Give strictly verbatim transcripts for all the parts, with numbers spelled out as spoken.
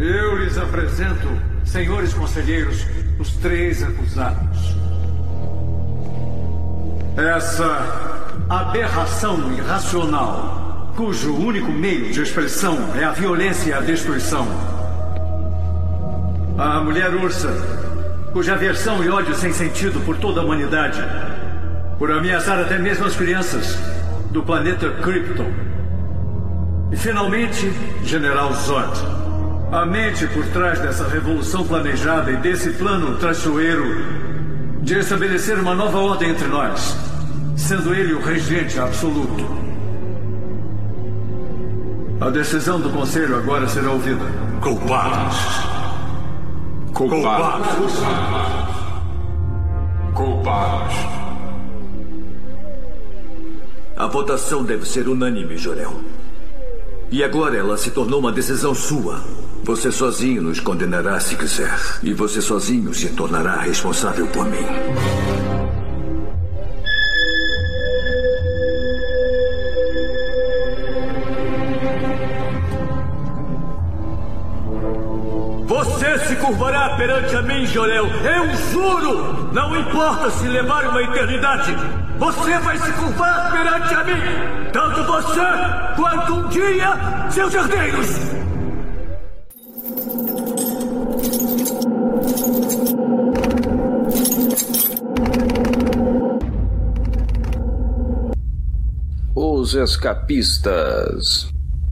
Eu lhes apresento, senhores conselheiros, os três acusados. Essa aberração irracional, cujo único meio de expressão é a violência e a destruição. A mulher ursa, cuja aversão e ódio sem sentido por toda a humanidade, por ameaçar até mesmo as crianças do planeta Krypton. E finalmente, General Zod, a mente por trás dessa revolução planejada e desse plano traiçoeiro de estabelecer uma nova ordem entre nós, sendo ele o regente absoluto. A decisão do Conselho agora será ouvida. Culpados. Culpados. Culpados. A votação deve ser unânime, Jor-El. E agora ela se tornou uma decisão sua. Você sozinho nos condenará se quiser. E você sozinho se tornará responsável por mim. Você se curvará perante a mim, Jor-El. Eu juro! Não importa se levar uma eternidade. Você vai se curvar perante a mim. Tanto você quanto um dia seus herdeiros. Os escapistas.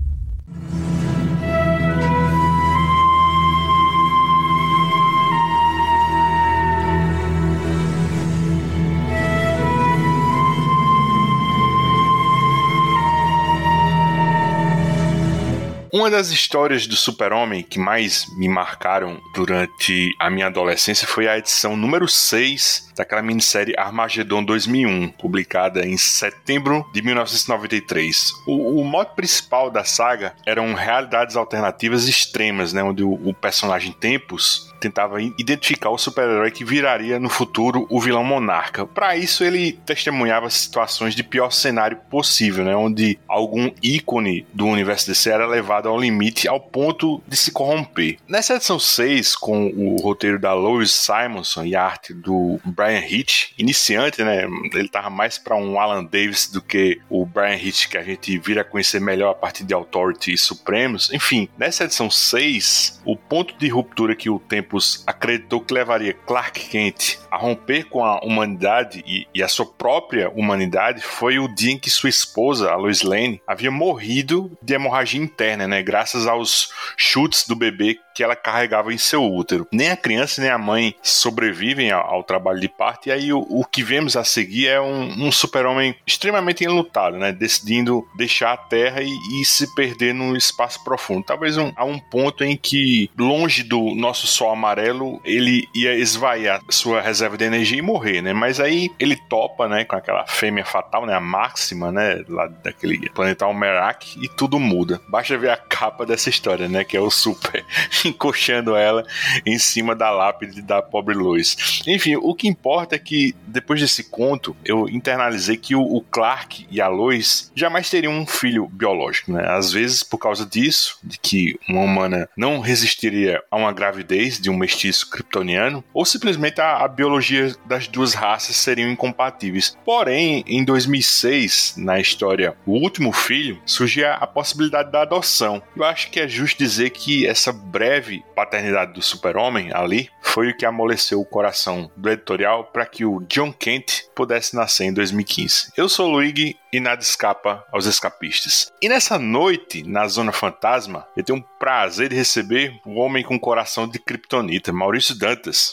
Uma das histórias do Super-Homem que mais me marcaram durante a minha adolescência foi a edição número seis daquela minissérie Armagedon dois mil e um, publicada em setembro de mil novecentos e noventa e três. O, o mote principal da saga eram realidades alternativas extremas, né, onde o, o personagem Tempus tentava identificar o super-herói que viraria no futuro o vilão monarca. Para isso, ele testemunhava situações de pior cenário possível, né, onde algum ícone do universo D C era levado ao limite ao ponto de se corromper. Nessa edição seis, com o roteiro da Lois Simonson e a arte do Brian Hitch, iniciante, né, ele estava mais para um Alan Davis do que o Brian Hitch que a gente vira a conhecer melhor a partir de Authority e Supremos. Enfim, nessa edição seis, o ponto de ruptura que o Tempus acreditou que levaria Clark Kent a romper com a humanidade e, e a sua própria humanidade foi o dia em que sua esposa, a Lois Lane, havia morrido de hemorragia interna, né, graças aos chutes do bebê que ela carregava em seu útero. Nem a criança nem a mãe sobrevivem ao, ao trabalho de parto, e aí o, o que vemos a seguir é um, um super-homem extremamente enlutado, né, decidindo deixar a Terra e, e se perder no espaço profundo. Talvez um, a um ponto em que, longe do nosso Sol amarelo, ele ia esvaiar sua reserva de energia e morrer, né, mas aí ele topa, né, com aquela fêmea fatal, né, a Máxima, né, lá daquele planeta Almerac, e tudo muda. Basta ver a capa dessa história, né, que é o Super encoxando ela em cima da lápide da pobre Lois. Enfim, o que importa é que depois desse conto eu internalizei que o, o Clark e a Lois jamais teriam um filho biológico, né? Às vezes por causa disso, de que uma humana não resistiria a uma gravidez de um mestiço kryptoniano, ou simplesmente a, a biologia das duas raças seriam incompatíveis. Porém, em dois mil e seis, na história O Último Filho, surgia a possibilidade da adoção. Eu acho que é justo dizer que essa breve paternidade do Super-Homem ali foi o que amoleceu o coração do editorial para que o John Kent pudesse nascer em dois mil e quinze. Eu sou o Luigi e nada escapa aos escapistas. E nessa noite, na Zona Fantasma, eu tenho o prazer de receber o homem com coração de kryptonita, Maurício Dantas.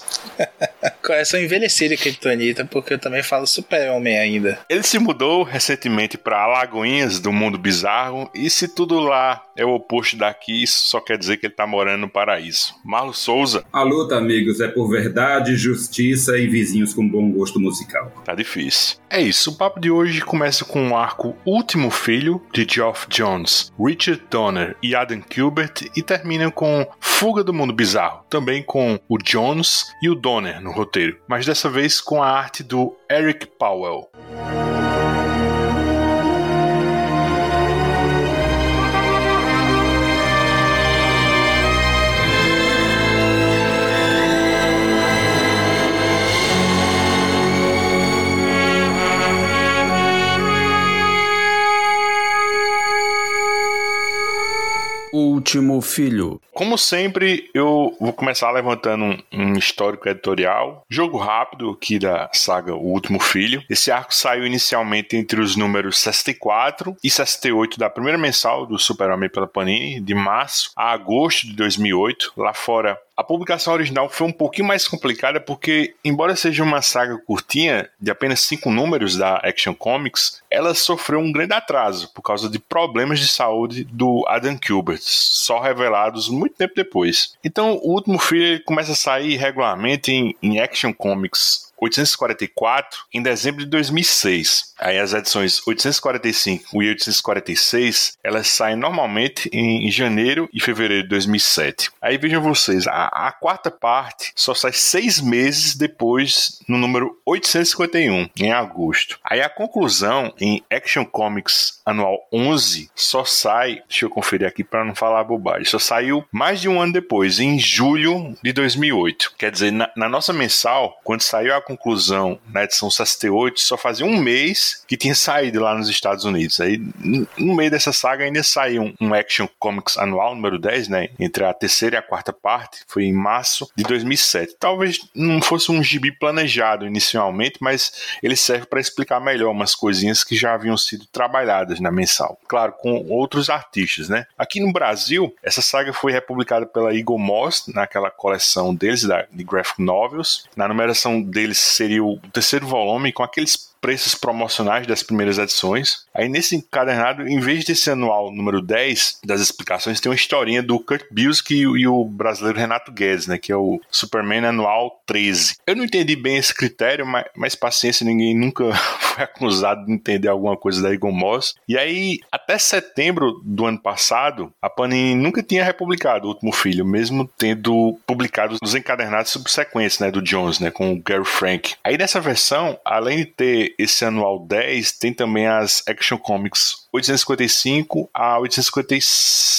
Coração envelhecido de kryptonita, porque eu também falo Super-Homem ainda. Ele se mudou recentemente para Alagoinhas, do Mundo Bizarro, e se tudo lá é o oposto daqui, isso só quer dizer que ele tá morando no paraíso. Marlo Souza. A luta, amigos, é por verdade, justiça e vizinhos com bom gosto musical. Tá difícil. É isso, o papo de hoje começa com o arco Último Filho, de Geoff Johns, Richard Donner e Adam Kubert, e termina com Fuga do Mundo Bizarro, também com o Jones e o Donner no roteiro, mas dessa vez com a arte do Eric Powell. Último Filho. Como sempre, eu vou começar levantando um, um histórico editorial. Jogo rápido aqui da saga O Último Filho. Esse arco saiu inicialmente entre os números sessenta e quatro e sessenta e oito da primeira mensal do Super-Homem pela Panini, de março a agosto de dois mil e oito. Lá fora, a publicação original foi um pouquinho mais complicada porque, embora seja uma saga curtinha, de apenas cinco números da Action Comics, ela sofreu um grande atraso por causa de problemas de saúde do Adam Kubert, só revelados muito tempo depois. Então, O Último Filho começa a sair regularmente em, em Action Comics oitocentos e quarenta e quatro em dezembro de dois mil e seis. Aí as edições oitocentos e quarenta e cinco e oitocentos e quarenta e seis, elas saem normalmente em janeiro e fevereiro de dois mil e sete. Aí vejam vocês, a, a quarta parte só sai seis meses depois, no número oitocentos e cinquenta e um, em agosto. Aí a conclusão em Action Comics Anual onze só sai, deixa eu conferir aqui para não falar bobagem, só saiu mais de um ano depois, em julho de dois mil e oito. Quer dizer, na, na nossa mensal, quando saiu a conclusão na edição sessenta e oito, só fazia um mês que tinha saído lá nos Estados Unidos. Aí, no meio dessa saga, ainda saiu um, um Action Comics Anual, número dez, né? Entre a terceira e a quarta parte, foi em março de dois mil e sete. Talvez não fosse um gibi planejado inicialmente, mas ele serve para explicar melhor umas coisinhas que já haviam sido trabalhadas na mensal. Claro, com outros artistas, né? Aqui no Brasil, essa saga foi republicada pela Eagle Moss, naquela coleção deles, da, de Graphic Novels. Na numeração deles seria o terceiro volume, com aqueles preços promocionais das primeiras edições. Aí nesse encadernado, em vez desse anual número dez das explicações, tem uma historinha do Kurt Busiek e, e o brasileiro Renato Guedes, né, que é o Superman Anual treze. Eu não entendi bem esse critério, mas, mas paciência, ninguém nunca foi acusado de entender alguma coisa da Eagle Moss. E aí, até setembro do ano passado, a Panini nunca tinha republicado O Último Filho, mesmo tendo publicado os encadernados subsequentes, né, do Jones, né, com o Gary Frank. Aí nessa versão, além de ter esse anual dez, tem também as Action Comics oitocentos e cinquenta e cinco a oitocentos e cinquenta e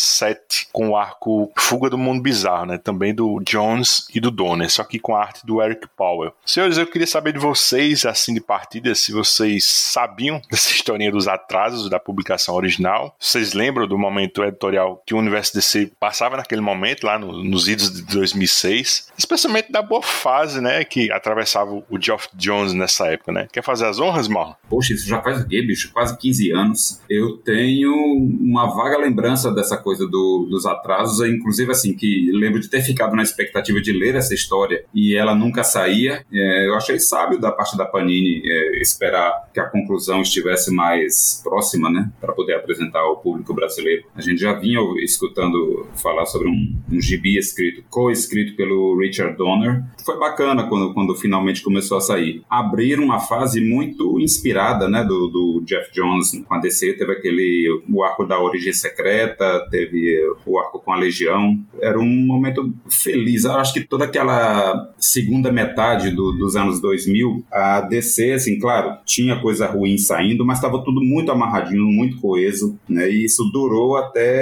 sete, com o arco Fuga do Mundo Bizarro, né? Também do Jones e do Donner, só que com a arte do Eric Powell. Senhores, eu queria saber de vocês, assim de partida, se vocês sabiam dessa historinha dos atrasos da publicação original. Vocês lembram do momento editorial que o Universo D C passava naquele momento, lá no, nos idos de dois mil e seis? Especialmente da boa fase, né? Que atravessava o Geoff Jones nessa época, né? Quer fazer as honras, Marlon? Poxa, isso já faz o quê, bicho? Quase quinze anos. Eu tenho uma vaga lembrança dessa coisa do, dos atrasos, inclusive assim, que lembro de ter ficado na expectativa de ler essa história e ela nunca saía. É, eu achei sábio da parte da Panini é, esperar que a conclusão estivesse mais próxima, né, para poder apresentar ao público brasileiro. A gente já vinha escutando falar sobre um, um gibi escrito, co-escrito pelo Richard Donner. Foi bacana quando, quando finalmente começou a sair. Abrir uma fase muito inspirada, né, do, do Geoff Jones com a D C. Teve aquele, o arco da Origem Secreta, teve o arco com a Legião. Era um momento feliz. Eu acho que toda aquela segunda metade do, dos anos dois mil, a D C, assim, claro, tinha coisa ruim saindo, mas estava tudo muito amarradinho, muito coeso, né? E isso durou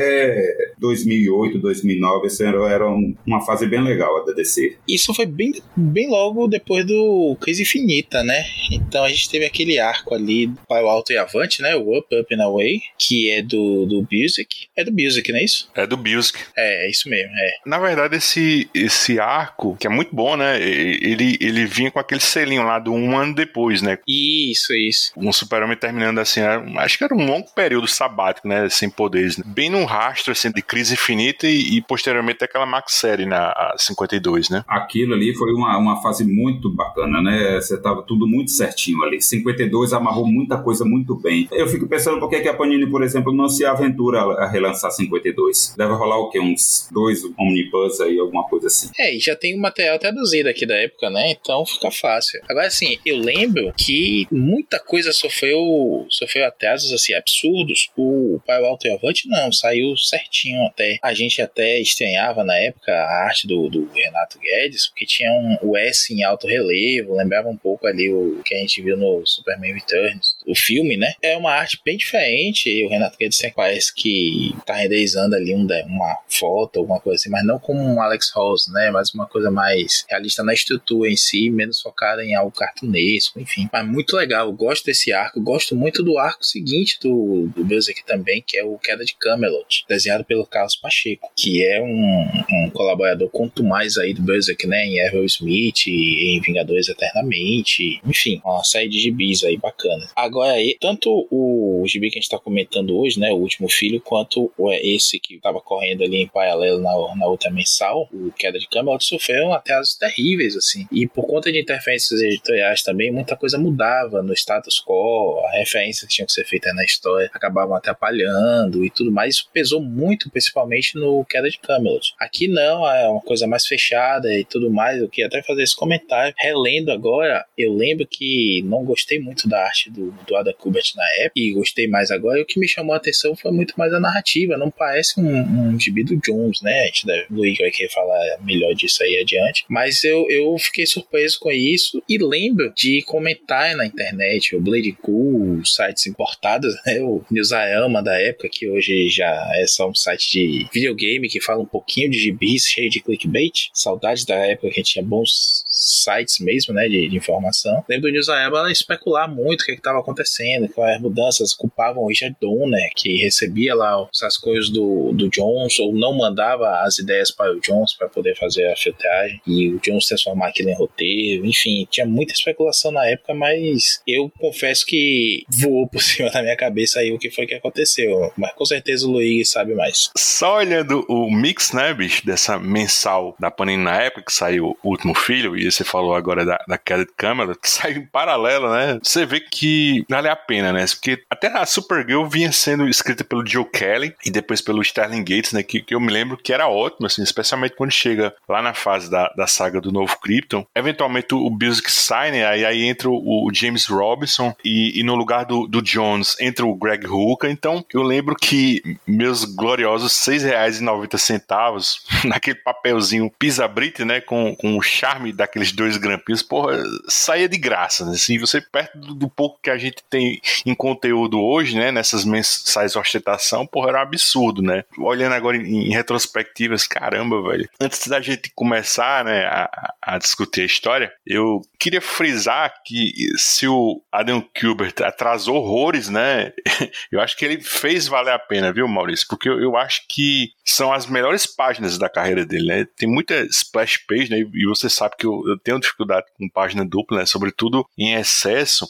até dois mil e oito, dois mil e nove. Isso era, era uma fase bem legal, a da D C. Isso foi bem, bem logo depois do Crise Infinita, né? Então a gente teve aquele arco ali, Pai o Alto e Avante, né? O Up, Up and Away, que é do, do Busiek. É do Busiek, não é isso? É do Busiek. É, é isso mesmo, é. Na verdade, esse, esse arco, que é muito bom, né? Ele, ele vinha com aquele selinho lá do um ano depois, né? Isso, isso. Um Super-Homem terminando assim, era, acho que era um longo período sabático, né? Sem poderes, né? Bem num rastro, assim, de Crise Infinita e, e posteriormente aquela Max-série na cinquenta e dois, né? Aquilo ali foi uma, uma fase muito bacana, né? Você tava tudo muito certinho ali. cinquenta e dois amarrou muita coisa muito bem. Eu fico pensando por que que a Panini, por exemplo, não se aventura a relançar cinquenta e dois. Deve rolar o quê? Uns dois Omnibus aí, alguma coisa assim. É, e já tem o material traduzido aqui da época, né? Então fica fácil. Agora, assim, eu lembro que muita coisa sofreu, sofreu atrasos, assim, absurdos. O Pai o Alto e Avante, não, saiu certinho até. A gente até estranhava na época a arte do, do Renato Guedes, porque tinha um, o S em alto relevo, lembrava um pouco ali o que a gente viu no Superman Returns, o filme, né? É uma arte bem diferente. O Renato Guedes parece que tá renderizando ali um ilustrada, uma foto, alguma coisa assim, mas não como um Alex Ross, né? Mas uma coisa mais realista na estrutura em si, menos focada em algo cartunesco, enfim. Mas muito legal, eu gosto desse arco, gosto muito do arco seguinte do, do Berserk também, que é o Queda de Camelot, desenhado pelo Carlos Pacheco, que é um, um colaborador quanto mais aí do Berserk, né? Em Errol Smith, em Vingadores Eternamente, enfim, uma série de gibis aí bacana. Agora aí, tanto o gibi que a gente tá comentando hoje, né? O Último Filho, quanto esse que tava correndo ali em paralelo na, na outra mensal, o Queda de Camelot, sofreram atrasos terríveis, assim. E por conta de interferências editoriais também, muita coisa mudava no status quo, a referência que tinha que ser feita na história acabavam atrapalhando e tudo mais. Isso pesou muito, principalmente no Queda de Camelot. Aqui não, é uma coisa mais fechada e tudo mais. Eu queria até fazer esse comentário. Relendo agora, eu lembro que não gostei muito da arte do, do Adam Kubert na época, e gostei mais agora. E o que me chamou a atenção foi muito mais a narrativa. Não parece um, um gibi do Jones, né? A gente deve, o Luiz vai querer falar melhor disso aí adiante. Mas eu, eu fiquei surpreso com isso e lembro de comentar na internet, o Blade Cool, sites importados, né? O Newsarama da época, que hoje já é só um site de videogame que fala um pouquinho de gibis, cheio de clickbait. Saudades da época que a gente tinha bons sites mesmo, né, de, de informação. Lembro do Newsarama especular muito o que estava acontecendo, quais mudanças culpavam o Richard Donner, que recebia lá as coisas do, do Jones, ou não mandava as ideias para o Jones para poder fazer a filtragem, e o Jones transformar aquilo em roteiro. Enfim, tinha muita especulação na época, mas eu confesso que voou por cima da minha cabeça aí o que foi que aconteceu, mas com certeza o Luigi sabe mais. Só olhando o mix, né, bicho, dessa mensal da Panini na época que saiu O Último Filho, e você falou agora da, da Queda de Camelot, que saiu em paralelo, né, você vê que vale a pena, né, porque até a Supergirl vinha sendo escrita pelo Joe Kelly e depois pelo Sterling Gates, né, que, que eu me lembro que era ótimo, assim, especialmente quando chega lá na fase da, da saga do Novo Krypton. Eventualmente o Berserk sai, né, aí, aí entra o, o James Robinson e, e no lugar do, do Jones entra o Greg Rucka. Então eu lembro que meus gloriosos seis reais e noventa centavos naquele papelzinho Pisa-Brite, né, com, com o charme daqueles dois grampinhos, porra, saía de graça, né, assim, você perto do, do pouco que a gente tem em conteúdo hoje, né, nessas mensais de ostentação, porra, era um absurdo, né, olhando agora em, em retrospectivas, caramba, velho, antes da gente começar, né, a, a discutir a história, eu queria frisar que se o Adam Kubert atrasou horrores, né, eu acho que ele fez valer a pena, viu, Maurício, porque eu, eu acho que são as melhores páginas da carreira dele, né, tem muita splash page, né, e você sabe que eu, eu tenho dificuldade com página dupla, né, sobretudo em excesso,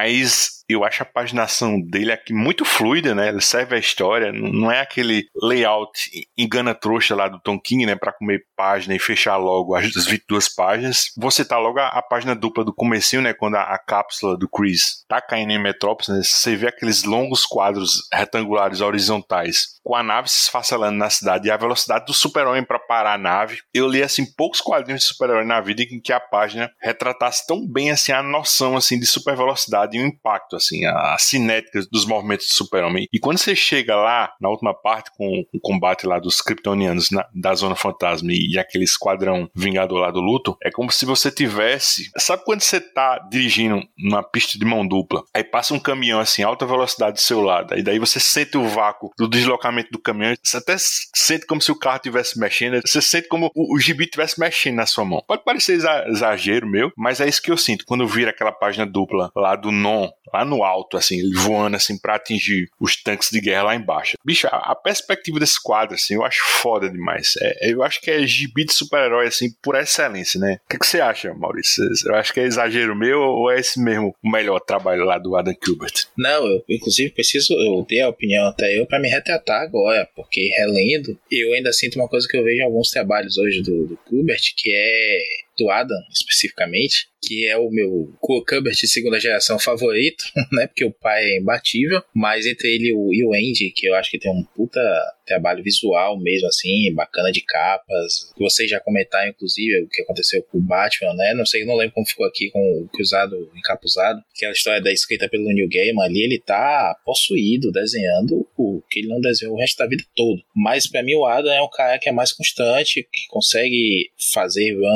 mas eu acho a paginação dele aqui muito fluida, né? Ele serve a história, não é aquele layout engana-trouxa lá do Tom King, né? Pra comer página e fechar logo as vinte e duas páginas. Você tá logo a, a página dupla do comecinho, né? Quando a, a cápsula do Chris tá caindo em Metrópolis, né? Você vê aqueles longos quadros retangulares horizontais com a nave se esfacelando na cidade e a velocidade do super-homem pra parar a nave. Eu li, assim, poucos quadrinhos de super-homem na vida em que a página retratasse tão bem, assim, a noção, assim, de super velocidade e o impacto, assim, a, a cinética dos movimentos do super-homem. E quando você chega lá, na última parte, com o combate lá dos kryptonianos na, da Zona Fantasma e, e aquele esquadrão vingador lá do luto, é como se você tivesse... Sabe quando você tá dirigindo numa pista de mão dupla, aí passa um caminhão, assim, alta velocidade do seu lado, e daí você sente o vácuo do deslocamento do caminhão, você até sente como se o carro estivesse mexendo, você sente como o, o gibi estivesse mexendo na sua mão. Pode parecer exagero meu, mas é isso que eu sinto quando eu viro aquela página dupla lá do Non, lá no alto, assim, ele voando assim pra atingir os tanques de guerra lá embaixo. Bicho, a, a perspectiva desse quadro, assim, eu acho foda demais. É, eu acho que é gibi de super-herói, assim, por excelência, né? O que, que você acha, Maurício? Eu acho que é exagero meu ou é esse mesmo o melhor trabalho lá do Adam Kubert? Não, eu inclusive preciso, eu dei a opinião até eu pra me retratar agora, porque relendo, eu ainda sinto uma coisa que eu vejo em alguns trabalhos hoje do, do Kubert, que é do Adam, especificamente, que é o meu Kubert de segunda geração favorito, né, porque o pai é imbatível, mas entre ele e o, e o Andy, que eu acho que tem um puta trabalho visual mesmo, assim, bacana de capas, que vocês já comentaram, inclusive, o que aconteceu com o Batman, né, não sei, não lembro como ficou aqui com o Cruzado Encapuzado, que é a história da escrita pelo Neil Gaiman ali, ele tá possuído, desenhando o que ele não desenhou o resto da vida todo, mas pra mim o Adam é o cara que é mais constante, que consegue fazer runs mais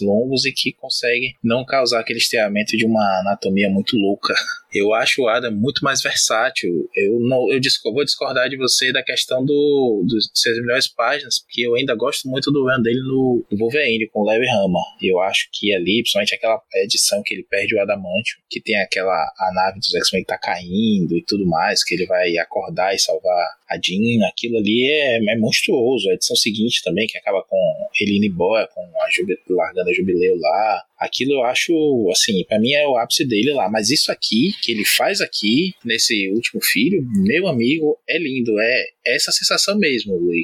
longos e que conseguem não causar aquele estiramento de uma anatomia muito louca. Eu acho o Adam muito mais versátil. Eu, não, eu discordo, vou discordar de você da questão do, do, de ser as melhores páginas, porque eu ainda gosto muito do run dele no, no Wolverine, com o Larry Hama. Eu acho que ali, principalmente aquela edição que ele perde o Adamantium, que tem aquela a nave dos X-Men que tá caindo e tudo mais, que ele vai acordar e salvar a Jean, aquilo ali é, é monstruoso. A edição seguinte também, que acaba com ele indo embora, com a Jubi, largando a Jubileu lá, aquilo eu acho, assim, pra mim é o ápice dele lá. Mas isso aqui, que ele faz aqui, nesse último filho, meu amigo, é lindo. É essa sensação mesmo, Luiz.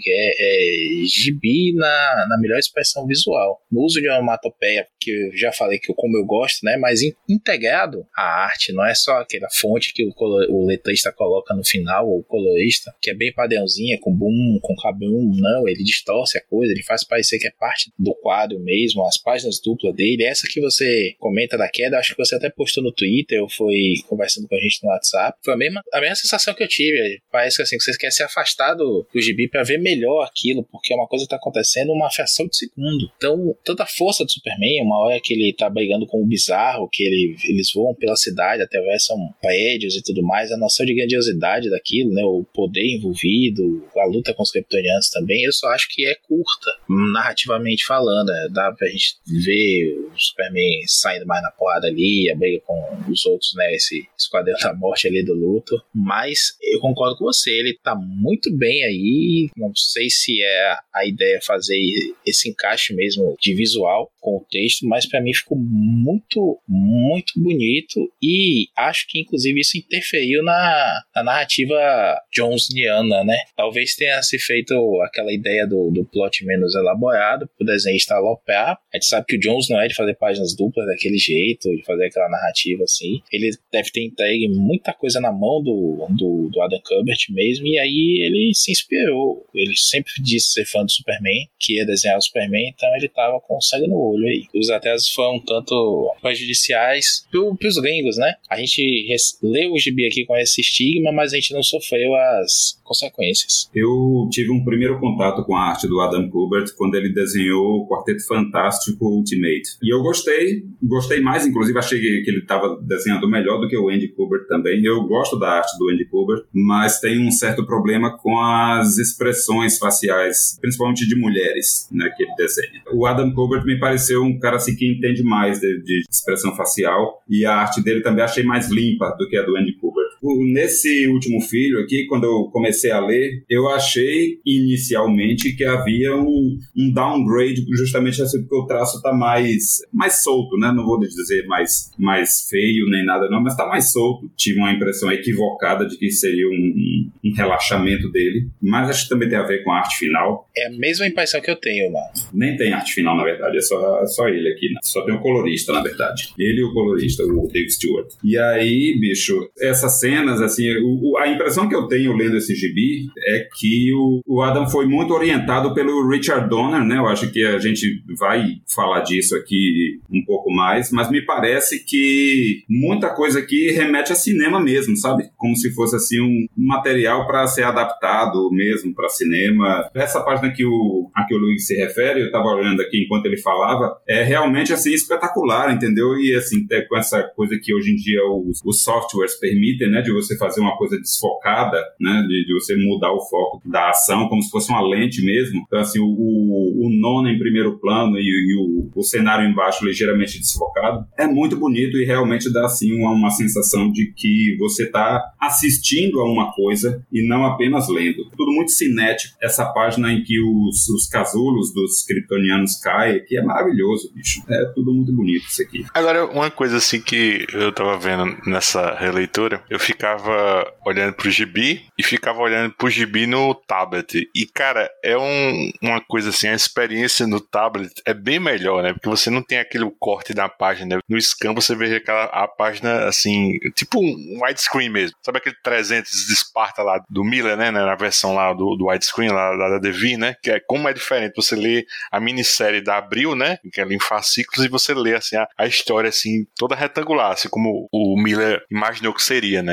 É, é gibi na, na melhor expressão visual. No uso de uma onomatopeia, que eu já falei que eu, como eu gosto, né? Mas in, integrado à arte, não é só aquela fonte que o, color, o letrista coloca no final, ou o colorista, que é bem padrãozinha, com boom, com cabum. Não, ele distorce a coisa, ele faz parecer que é parte do quadro mesmo, as páginas duplas dele. Essa que você comenta da queda, acho que você até postou no Twitter, ou foi conversando com a gente no WhatsApp, foi a mesma, a mesma sensação que eu tive. Parece que assim, você quer se afastar do, do gibi pra ver melhor aquilo, porque é uma coisa que tá acontecendo uma fração de segundo. Então, toda a força do Superman, uma hora que ele tá brigando com o Bizarro, que ele, eles voam pela cidade, atravessam prédios e tudo mais, a noção de grandiosidade daquilo, né, o poder envolvido, a luta com os kryptonianos também, eu só acho que é curta, narrativamente falando. Né? Dá pra gente ver o Superman saindo mais na porrada ali, a briga com os outros, né, esse esquadrão da morte ali do luto, mas eu concordo com você, ele tá muito bem aí. Não sei se é a ideia fazer esse encaixe mesmo de visual com o texto, mas pra mim ficou muito, muito bonito, e acho que inclusive isso interferiu na, na narrativa Johnsoniana, né? Talvez tenha se feito aquela ideia do, do plot menos elaborado, pro desenhista aloprar. A gente sabe que o Jones não é de fazer páginas duplas daquele jeito, de fazer aquela narrativa assim. Ele deve ter entregue muita coisa na mão do, do, do Adam Kubert mesmo, e aí ele se inspirou. Ele sempre disse ser fã do Superman, que ia desenhar o Superman, então ele tava com sangue no olho aí. Os atrasos foram um tanto prejudiciais pro, pros gringos, né? A gente res, leu o gibi aqui com esse estigma, mas a gente não sofreu as consequências. Eu tive um primeiro contato com a arte do Adam Kubert quando ele desenhou o Quarteto Fantástico Ultimate. E eu gostei, gostei mais, inclusive achei que ele estava desenhando melhor do que o Andy Kubert também. Eu gosto da arte do Andy Kubert, mas tem um certo problema com as expressões faciais, principalmente de mulheres, né, que ele desenha. O Adam Kubert me pareceu um cara assim que entende mais de, de expressão facial, e a arte dele também achei mais limpa do que a do Andy Kubert. Nesse último filho aqui, quando eu comecei a ler, eu achei inicialmente que havia um, um downgrade, justamente assim, porque o traço tá mais, mais solto, né? Não vou dizer mais, mais feio nem nada não, mas tá mais solto. Tive uma impressão equivocada de que seria um, um, um relaxamento dele, mas acho que também tem a ver com a arte final. É a mesma impressão que eu tenho, mano. Nem tem arte final, na verdade, é só, é só ele aqui, né? Só tem o colorista, na verdade. Ele e o colorista, o Dave Stewart. E aí, bicho, essas cenas, assim, o, a impressão que eu tenho lendo esse gibi é que o, o Adam foi muito orientado pelo Richard Donner, né? Eu acho que a gente vai falar disso aqui um pouco mais, mas me parece que muita coisa aqui remete a cinema mesmo, sabe? Como se fosse, assim, um material para ser adaptado mesmo para cinema. Essa página que o, a que o Luiz se refere, eu estava olhando aqui enquanto ele falava, é realmente, assim, espetacular, entendeu? E, assim, com essa coisa que hoje em dia os, os softwares permitem, né? De você fazer uma coisa desfocada, né? De, de você mudar o foco da ação como se fosse uma lente mesmo. Então, assim, o, o, o nono em primeiro plano e, e o, o cenário embaixo ligeiramente desfocado é muito bonito e realmente dá, assim, uma, uma sensação de que você está assistindo a uma coisa e não apenas lendo. Tudo muito cinético. Essa página em que os, os casulos dos kryptonianos caem, que é maravilhoso, bicho. É tudo muito bonito isso aqui. Agora, uma coisa assim que eu tava vendo nessa releitura, eu ficava olhando pro gibi e ficava olhando pro gibi no tablet. E, cara, é um, uma coisa assim, a experiência no tablet é bem melhor, né? Porque você não tem aquele corte da página. No scan você vê aquela a página, assim, tipo um widescreen mesmo. Sabe aquele trezentos de Sparta lá do Miller, né? Na versão lá do, do widescreen, lá, lá da Devin, né? Que é como é diferente você ler a minissérie da Abril, né? Que é em fascículos, e você lê, assim, a, a história, assim, toda retangular, assim como o Miller imaginou que seria, né?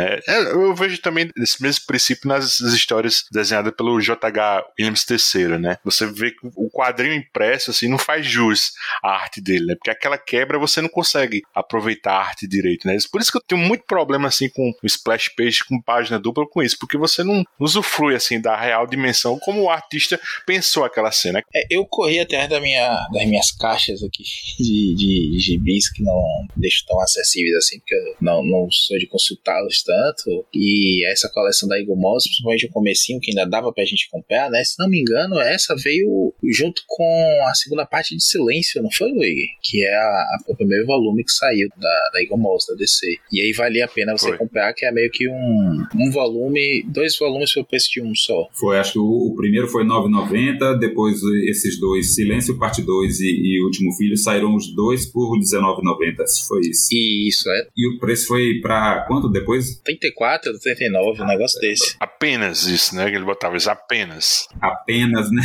né? Eu vejo também esse mesmo princípio nas histórias desenhadas pelo J H Williams terceiro, né? Você vê que o quadrinho impresso, assim, não faz jus à arte dele, né? Porque aquela quebra você não consegue aproveitar a arte direito, né? Por isso que eu tenho muito problema, assim, com o splash page, com página dupla, com isso, porque você não usufrui, assim, da real dimensão como o artista pensou aquela cena. É, eu corri atrás da minha, das minhas caixas aqui de, de, de gibis que não deixo tão acessíveis assim, porque eu não, não sou de consultá-los tanto, e essa coleção da Eagle Moss, principalmente o comecinho, que ainda dava pra gente comprar, né? Se não me engano, essa veio junto com a segunda parte de Silêncio, não foi, Luigi? Que é a, a, o primeiro volume que saiu da, da Eagle Moss, da D C. E aí valia a pena você foi. comprar, que é meio que um, um volume, dois volumes pelo preço de um só. Foi, acho que o, o primeiro foi nove reais e noventa centavos, depois esses dois, Silêncio Parte dois e, e Último Filho, saíram os dois por dezenove reais e noventa centavos, foi isso. E isso, é. E o preço foi pra quanto depois? trinta e quatro, trinta e nove, um negócio é, desse. Apenas isso, né? Que ele botava isso, apenas. Apenas, né?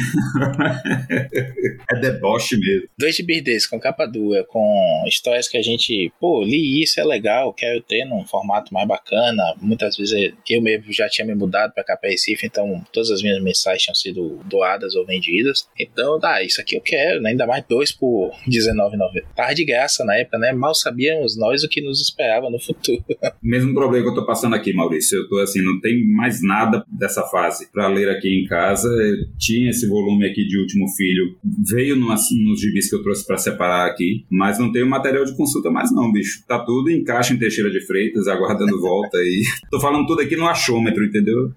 É deboche mesmo. Dois gibis desses, com capa dura, com histórias que a gente, pô, li isso, é legal, quero ter num formato mais bacana. Muitas vezes eu mesmo já tinha me mudado pra cá, pra Recife, então todas as minhas mensagens tinham sido doadas ou vendidas. Então, tá, isso aqui eu quero, né? Ainda mais dois por dezenove reais e noventa centavos. Tava de graça na época, né? Mal sabíamos nós o que nos esperava no futuro. Mesmo problema que eu tô passando aqui, Maurício. Eu tô assim, não tem mais nada dessa fase pra ler aqui em casa. Eu tinha esse volume aqui de Último Filho, veio no, assim, nos gibis que eu trouxe pra separar aqui, mas não tenho material de consulta mais não, bicho. Tá tudo em caixa em Teixeira de Freitas, aguardando volta aí. Tô falando tudo aqui no achômetro, entendeu?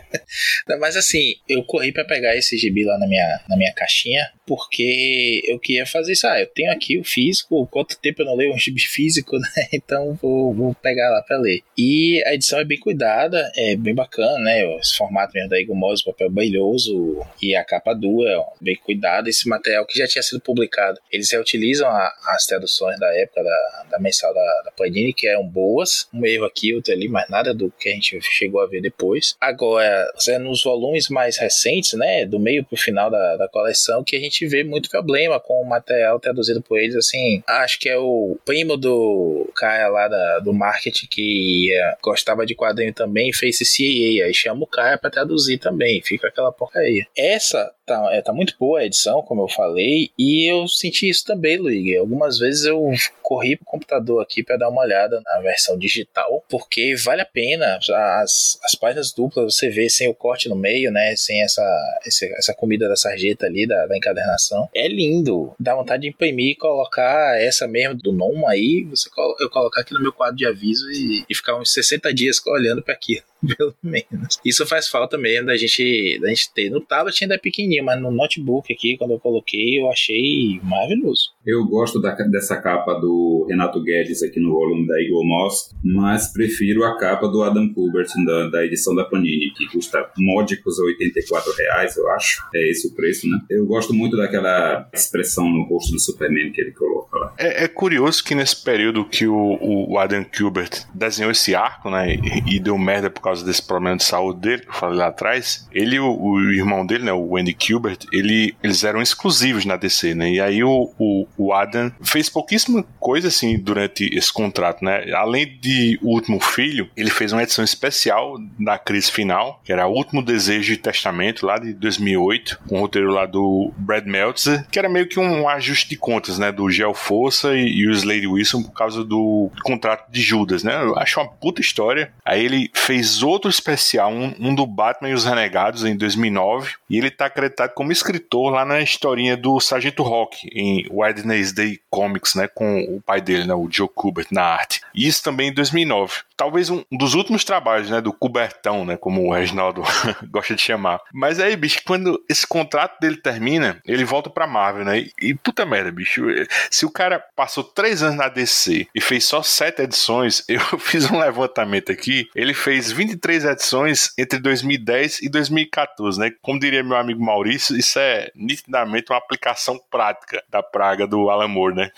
Não, mas assim, eu corri pra pegar esse gibi lá na minha, na minha caixinha, porque eu queria fazer isso. Ah, eu tenho aqui o físico, quanto tempo eu não leio um gibi físico, né? Então vou, vou pegar lá pra ler. E a edição é bem cuidada, é bem bacana, né? Esse formato mesmo da Eagle Moss, papel brilhoso e a capa dura, ó, bem cuidada. Esse material que já tinha sido publicado, eles reutilizam a, as traduções da época da, da mensal da, da Panini, que eram boas, um erro aqui, outro ali, mas nada do que a gente chegou a ver depois. Agora, é nos volumes mais recentes, né, do meio pro final da, da coleção, que a gente vê muito problema com o material traduzido por eles, assim, acho que é o primo do cara lá da, do marketing que é, gostava de quadrinho também, fez C C A A, aí chama o cara pra traduzir também, fica aquela porcaria. Essa tá, é, tá muito boa a edição, como eu falei, e eu senti isso também, Luigi. Algumas vezes eu corri pro computador aqui pra dar uma olhada na versão digital, porque vale a pena. As, as páginas duplas você vê sem o corte no meio, né, sem essa, essa, essa comida da sarjeta ali, da, da encadernação. É lindo, dá vontade de imprimir e colocar essa mesmo do N O M aí, você, eu colocar aqui no meu quadro de aviso e, e ficar uns sessenta dias olhando pra aquilo, pelo menos. Isso faz falta mesmo da gente, da gente ter. No tablet ainda é pequenininho, mas no notebook aqui, quando eu coloquei, eu achei maravilhoso. Eu gosto da, dessa capa do Renato Guedes aqui no volume da Eagle Moss, mas prefiro a capa do Adam Kubert da, da edição da Panini, que custa módicos oitenta e quatro reais, eu acho. É esse o preço, né? Eu gosto muito daquela expressão no rosto do Superman que ele coloca lá. É, é curioso que nesse período que o, o Adam Kubert desenhou esse arco, né, e, e deu merda por causa desse problema de saúde dele, que eu falei lá atrás, ele e o, o irmão dele, né, o Andy Kubert, ele, eles eram exclusivos na D C, né, e aí o, o, o Adam fez pouquíssima coisa, assim, durante esse contrato, né, além de O Último Filho, ele fez uma edição especial da Crise Final, que era O Último Desejo e Testamento, lá de dois mil e oito, com o roteiro lá do Brad Meltzer, que era meio que um ajuste de contas, né, do Geoforça e, e o Slade Wilson por causa do contrato de Judas, né, eu acho uma puta história. Aí ele fez outro especial, um, um do Batman e os Renegados, em dois mil e nove, e ele tá acreditado como escritor lá na historinha do Sargento Rock, em Wednesday Comics, né, com o pai dele, né, o Joe Kubert, na arte. E isso também em dois mil e nove. Talvez um dos últimos trabalhos, né, do Kubertão, né, como o Reginaldo gosta de chamar. Mas aí, bicho, quando esse contrato dele termina, ele volta pra Marvel, né, e, e puta merda, bicho, se o cara passou três anos na D C e fez só sete edições, eu fiz um levantamento aqui, ele fez vinte e três edições entre dois mil e dez e dois mil e catorze, né, como diria meu amigo Maurício, isso é nitidamente uma aplicação prática da praga do Alan Moore, né.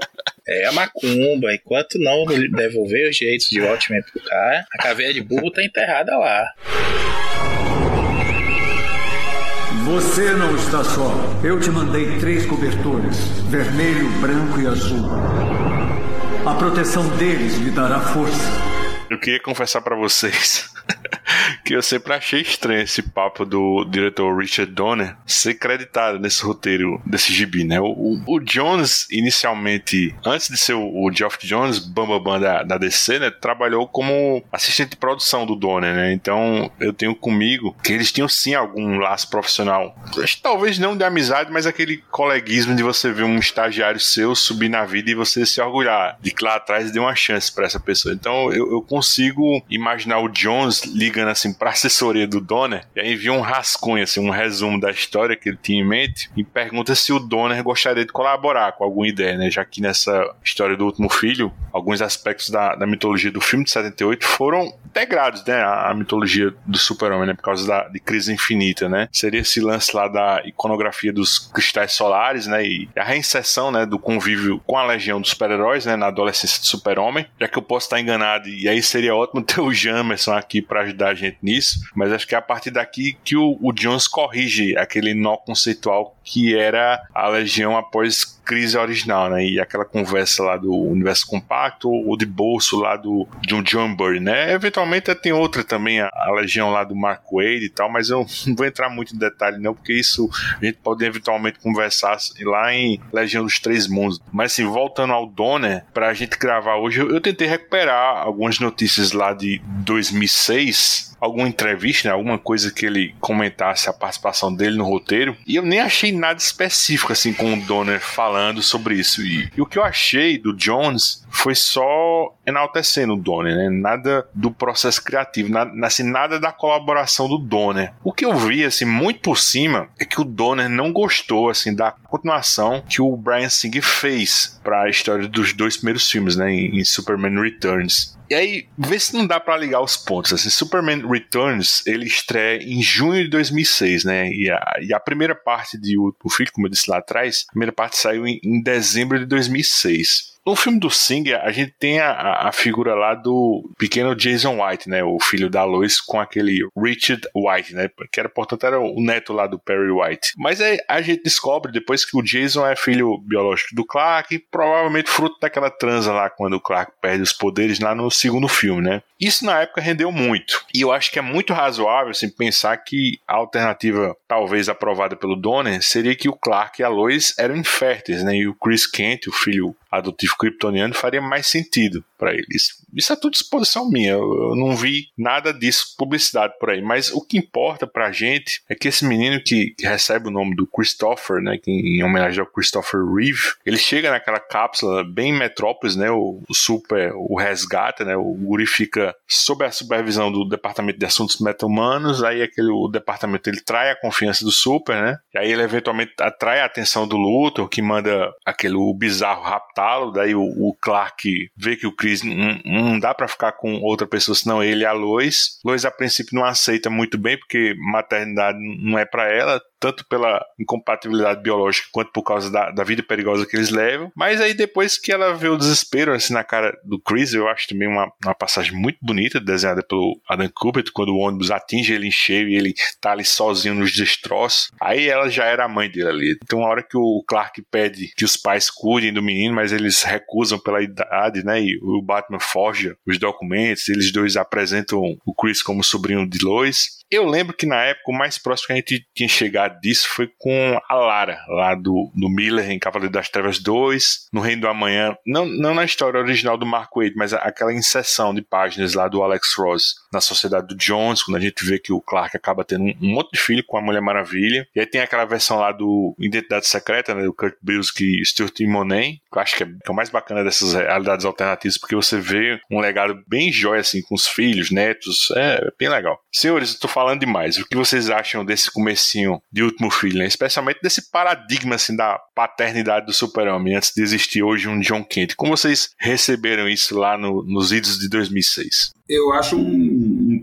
É a macumba, enquanto não devolver os direitos de Watchmen pro cara, a caveira de burro tá enterrada lá. Você não está só. Eu te mandei três cobertores, vermelho, branco e azul. A proteção deles lhe dará força. Eu queria confessar pra vocês que eu sempre achei estranho esse papo do diretor Richard Donner ser creditado nesse roteiro desse gibi, né? O, o Jones, inicialmente, antes de ser o, o Geoff Jones, Bambambam da, da D C, né? Trabalhou como assistente de produção do Donner, né? Então, eu tenho comigo que eles tinham sim algum laço profissional. Talvez não de amizade, mas aquele coleguismo de você ver um estagiário seu subir na vida e você se orgulhar de que lá atrás deu uma chance pra essa pessoa. Então, eu, eu consigo imaginar o Jones ligando assim pra assessoria do Donner e aí envia um rascunho, assim, um resumo da história que ele tinha em mente e pergunta se o Donner gostaria de colaborar com alguma ideia, né? Já que nessa história do Último Filho, alguns aspectos da, da mitologia do filme de setenta e oito foram integrados, né? A, a mitologia do Super-Homem, né? Por causa da de Crise Infinita, né? Seria esse lance lá da iconografia dos cristais solares, né? E a reinserção, né? Do convívio com a legião dos super-heróis, né? Na adolescência do Super-Homem. Já que eu posso estar enganado, e aí seria ótimo ter o Jamerson aqui para ajudar a gente nisso, mas acho que é a partir daqui que o, o Jones corrige aquele nó conceitual que era a Legião após Crise original, né? E aquela conversa lá do Universo Compacto, ou de bolso lá do, de um John Byrne, né? Eventualmente tem outra também, a, a Legião lá do Mark Waid e tal, mas eu não vou entrar muito em detalhe não, porque isso a gente pode eventualmente conversar lá em Legião dos Três Mundos. Mas assim, voltando ao Donner, pra gente gravar hoje, eu, eu tentei recuperar algumas notícias lá de dois mil e seis, alguma entrevista, né, alguma coisa que ele comentasse a participação dele no roteiro, e eu nem achei nada específico assim com o Donner falando sobre isso, e, e o que eu achei do Jones foi só enaltecendo o Donner, né? Nada do processo criativo, nada, assim, nada da colaboração do Donner. O que eu vi, assim, muito por cima, é que o Donner não gostou, assim, da continuação que o Bryan Singer fez para a história dos dois primeiros filmes, né, em, em Superman Returns. E aí, vê se não dá pra ligar os pontos. Assim, Superman Returns, ele estreia em junho de dois mil e seis, né? E a, e a primeira parte de O Filho, como eu disse lá atrás, a primeira parte saiu em, em dezembro de dois mil e seis. No filme do Singer, a gente tem a, a figura lá do pequeno Jason White, né? O filho da Lois com aquele Richard White, né? Que era, portanto, era o neto lá do Perry White. Mas aí a gente descobre depois que o Jason é filho biológico do Clark e provavelmente fruto daquela transa lá quando o Clark perde os poderes lá no segundo filme, né? Isso na época rendeu muito. E eu acho que é muito razoável assim, pensar que a alternativa, talvez aprovada pelo Donner, seria que o Clark e a Lois eram inférteis, né? E o Chris Kent, o filho adotivo kryptoniano, faria mais sentido para eles. Isso é tudo disposição minha, eu não vi nada disso, publicidade por aí, mas o que importa pra gente é que esse menino que, que recebe o nome do Christopher, né, que em homenagem ao Christopher Reeve, ele chega naquela cápsula bem Metrópolis, né, o, o super, o resgata, né, o guri fica sob a supervisão do Departamento de Assuntos Meta-Humanos, aí aquele, o departamento ele trai a confiança do super, né, e aí ele eventualmente atrai a atenção do Luthor, que manda aquele o bizarro raptá-lo, daí o, o Clark vê que o Chris não, não dá pra ficar com outra pessoa senão ele e a Lois. Lois a princípio não aceita muito bem porque maternidade não é pra ela, tanto pela incompatibilidade biológica quanto por causa da, da vida perigosa que eles levam, mas aí depois que ela vê o desespero assim na cara do Chris, eu acho também uma, uma passagem muito bonita, desenhada pelo Adam Kubert, quando o ônibus atinge ele em cheio e ele tá ali sozinho nos destroços, aí ela já era a mãe dele ali. Então a hora que o Clark pede que os pais cuidem do menino, mas eles recusam pela idade, né, e o Batman forja os documentos, eles dois apresentam o Chris como sobrinho de Lois. Eu lembro que na época o mais próximo que a gente tinha chegado disso foi com a Lara, lá do, do Miller em Cavaleiro das Trevas dois, no Reino do Amanhã, não, não na história original do Mark Waid, mas aquela inserção de páginas lá do Alex Ross na Sociedade do Jones, quando a gente vê que o Clark acaba tendo um, um monte de filho com a Mulher Maravilha, e aí tem aquela versão lá do Identidade Secreta, né, do Kurt Busiek e Stuart Immonen, que eu acho que é, que é o mais bacana dessas realidades alternativas, porque você vê um legado bem jóia, assim, com os filhos, netos, é bem legal. Senhores, eu tô falando demais, o que vocês acham desse comecinho de Último Filho, né? Especialmente desse paradigma assim, da paternidade do Super-Homem, antes de existir hoje um John Kent. Como vocês receberam isso lá no, nos idos de dois mil e seis? Eu acho um, um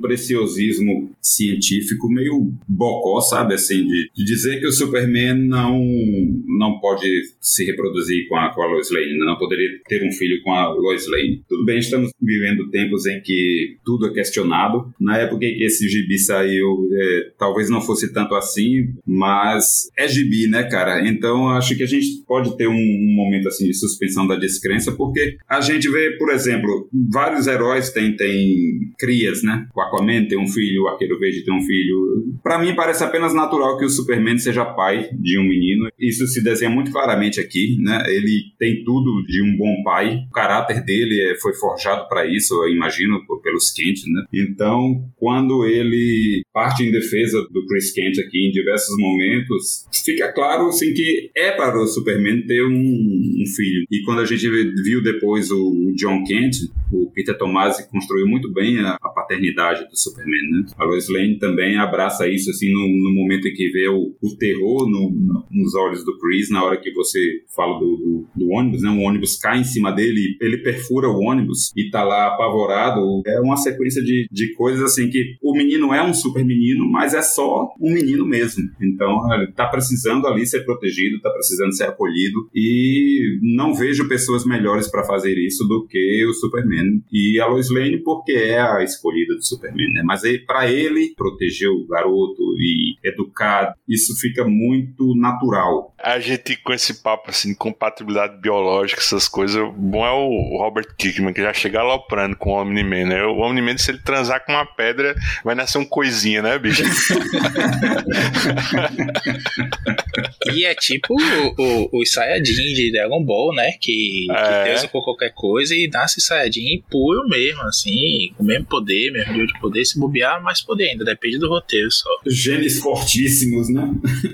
preciosismo científico meio bocó, sabe? Assim, de, de dizer que o Superman não, não pode se reproduzir com a, com a Lois Lane, não poderia ter um filho com a Lois Lane. Tudo bem, estamos vivendo tempos em que tudo é questionado. Na época em que esse gibi saiu, é, talvez não fosse tanto assim, mas é gibi, né, cara? Então acho que a gente pode ter um, um momento assim de suspensão da descrença, porque a gente vê, por exemplo, vários heróis têm, têm crias, né? O Aquaman tem um filho, o Arqueiro Verde tem um filho. Pra mim parece apenas natural que o Superman seja pai de um menino. Isso se desenha muito claramente aqui, né? Ele tem tudo de um bom pai. O caráter dele foi forjado para isso, eu imagino, pelos Kent, né? Então, quando ele parte em defesa do Chris Kent aqui em diversos momentos, fica claro, assim, que é para o Superman ter um, um filho. E quando a gente viu depois o, o John Kent, o Peter Tomasi construiu muito bem a, a paternidade do Superman, né? A Lois Lane também abraça isso, assim, no, no momento em que vê o, o terror no, no, nos olhos do Chris, na hora que você fala do, do, do ônibus, né? O ônibus cai em cima dele, ele perfura o ônibus e tá lá apavorado. É uma sequência de, de coisas, assim, que o menino é um super menino, mas é só um menino mesmo. Então, ele tá precisando ali ser protegido, tá precisando ser acolhido, e não vejo pessoas melhores para fazer isso do que o Superman e a Lois Lane, porque é a escolhida do Superman, né? Mas aí, para ele proteger o garoto e educar, isso fica muito natural. A gente, com esse papo assim, compatibilidade biológica, essas coisas, o bom é o Robert Kirkman, que já chega aloprando com o Omni-Man, né? O Omni-Man, se ele transar com uma pedra, vai nascer um coisinha, né, bicho? E é tipo o, o, o Saiyajin de Dragon Ball, né? Que, é. que Deus por qualquer coisa e nasce Saiyajin puro mesmo, assim, com o mesmo poder, mesmo nível de poder, se bobear, mais poder ainda, depende do roteiro só. Genes fortíssimos, né?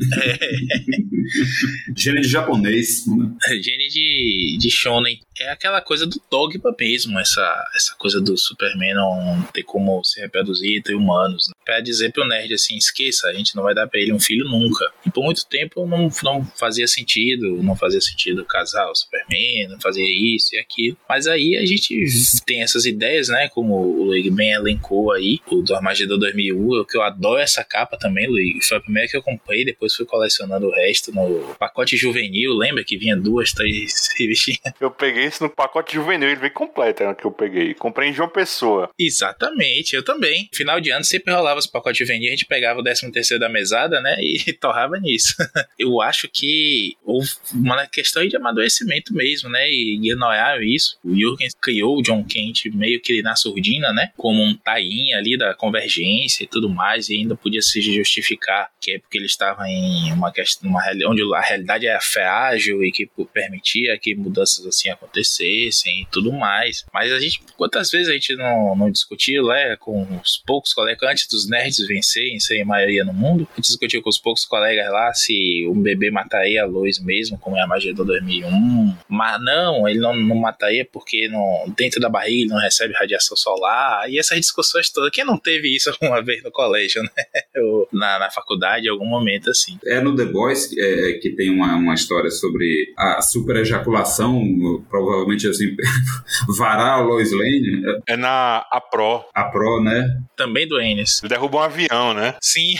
É. Gene de japonês, né? Gene de, de shonen. É aquela coisa do dogma mesmo, essa, essa coisa do Superman não ter como se reproduzir entre humanos, né? Pra dizer pro nerd assim, esqueça, a gente não vai dar pra ele um filho nunca. E por muito tempo não, não fazia sentido, não fazia sentido casar o Superman, não fazia isso e aquilo. Mas aí a gente tem essas ideias, né, como o Luigi bem elencou aí, o do Armagedon dois mil e um, que eu adoro essa capa também, Luigi. Foi a primeira que eu comprei, depois fui colecionando o resto no pacote juvenil, lembra que vinha duas, três revistinhas? Eu peguei isso no pacote juvenil, ele veio completo, né, que eu peguei. Comprei em João Pessoa. Exatamente, eu também. Final de ano sempre rolava os pacotes juvenil, a gente pegava o décimo terceiro da mesada, né, e torrava nisso. Eu acho que houve uma questão de amadurecimento mesmo, né, e ignoraram isso. O Jurgens criou o John Kent meio que na surdina, né, como um tie-in ali da convergência e tudo mais, e ainda podia se justificar que é porque ele estava em uma questão, uma, onde a realidade era frágil e que permitia que mudanças assim acontecessem e tudo mais. Mas a gente, quantas vezes a gente não, não discutiu, né, com os poucos colegas, antes dos nerds vencerem, serem maioria no mundo, a gente discutiu com os poucos colegas lá se um bebê mataria a Lois mesmo, como é a Armagedon dois mil e um, mas não, ele não, não mataria porque não, dentro da barriga ele não recebe radiação solar, e essas discussões todas. Quem não teve isso alguma vez no colégio, né? Ou na, na faculdade, em algum momento assim. É no The Boys é, que tem uma, uma história sobre a super ejaculação, provavelmente assim, varar a Lois Lane. É na A Pro. A Pro, né? Também do Ennis. Ele derruba um avião, né? Sim.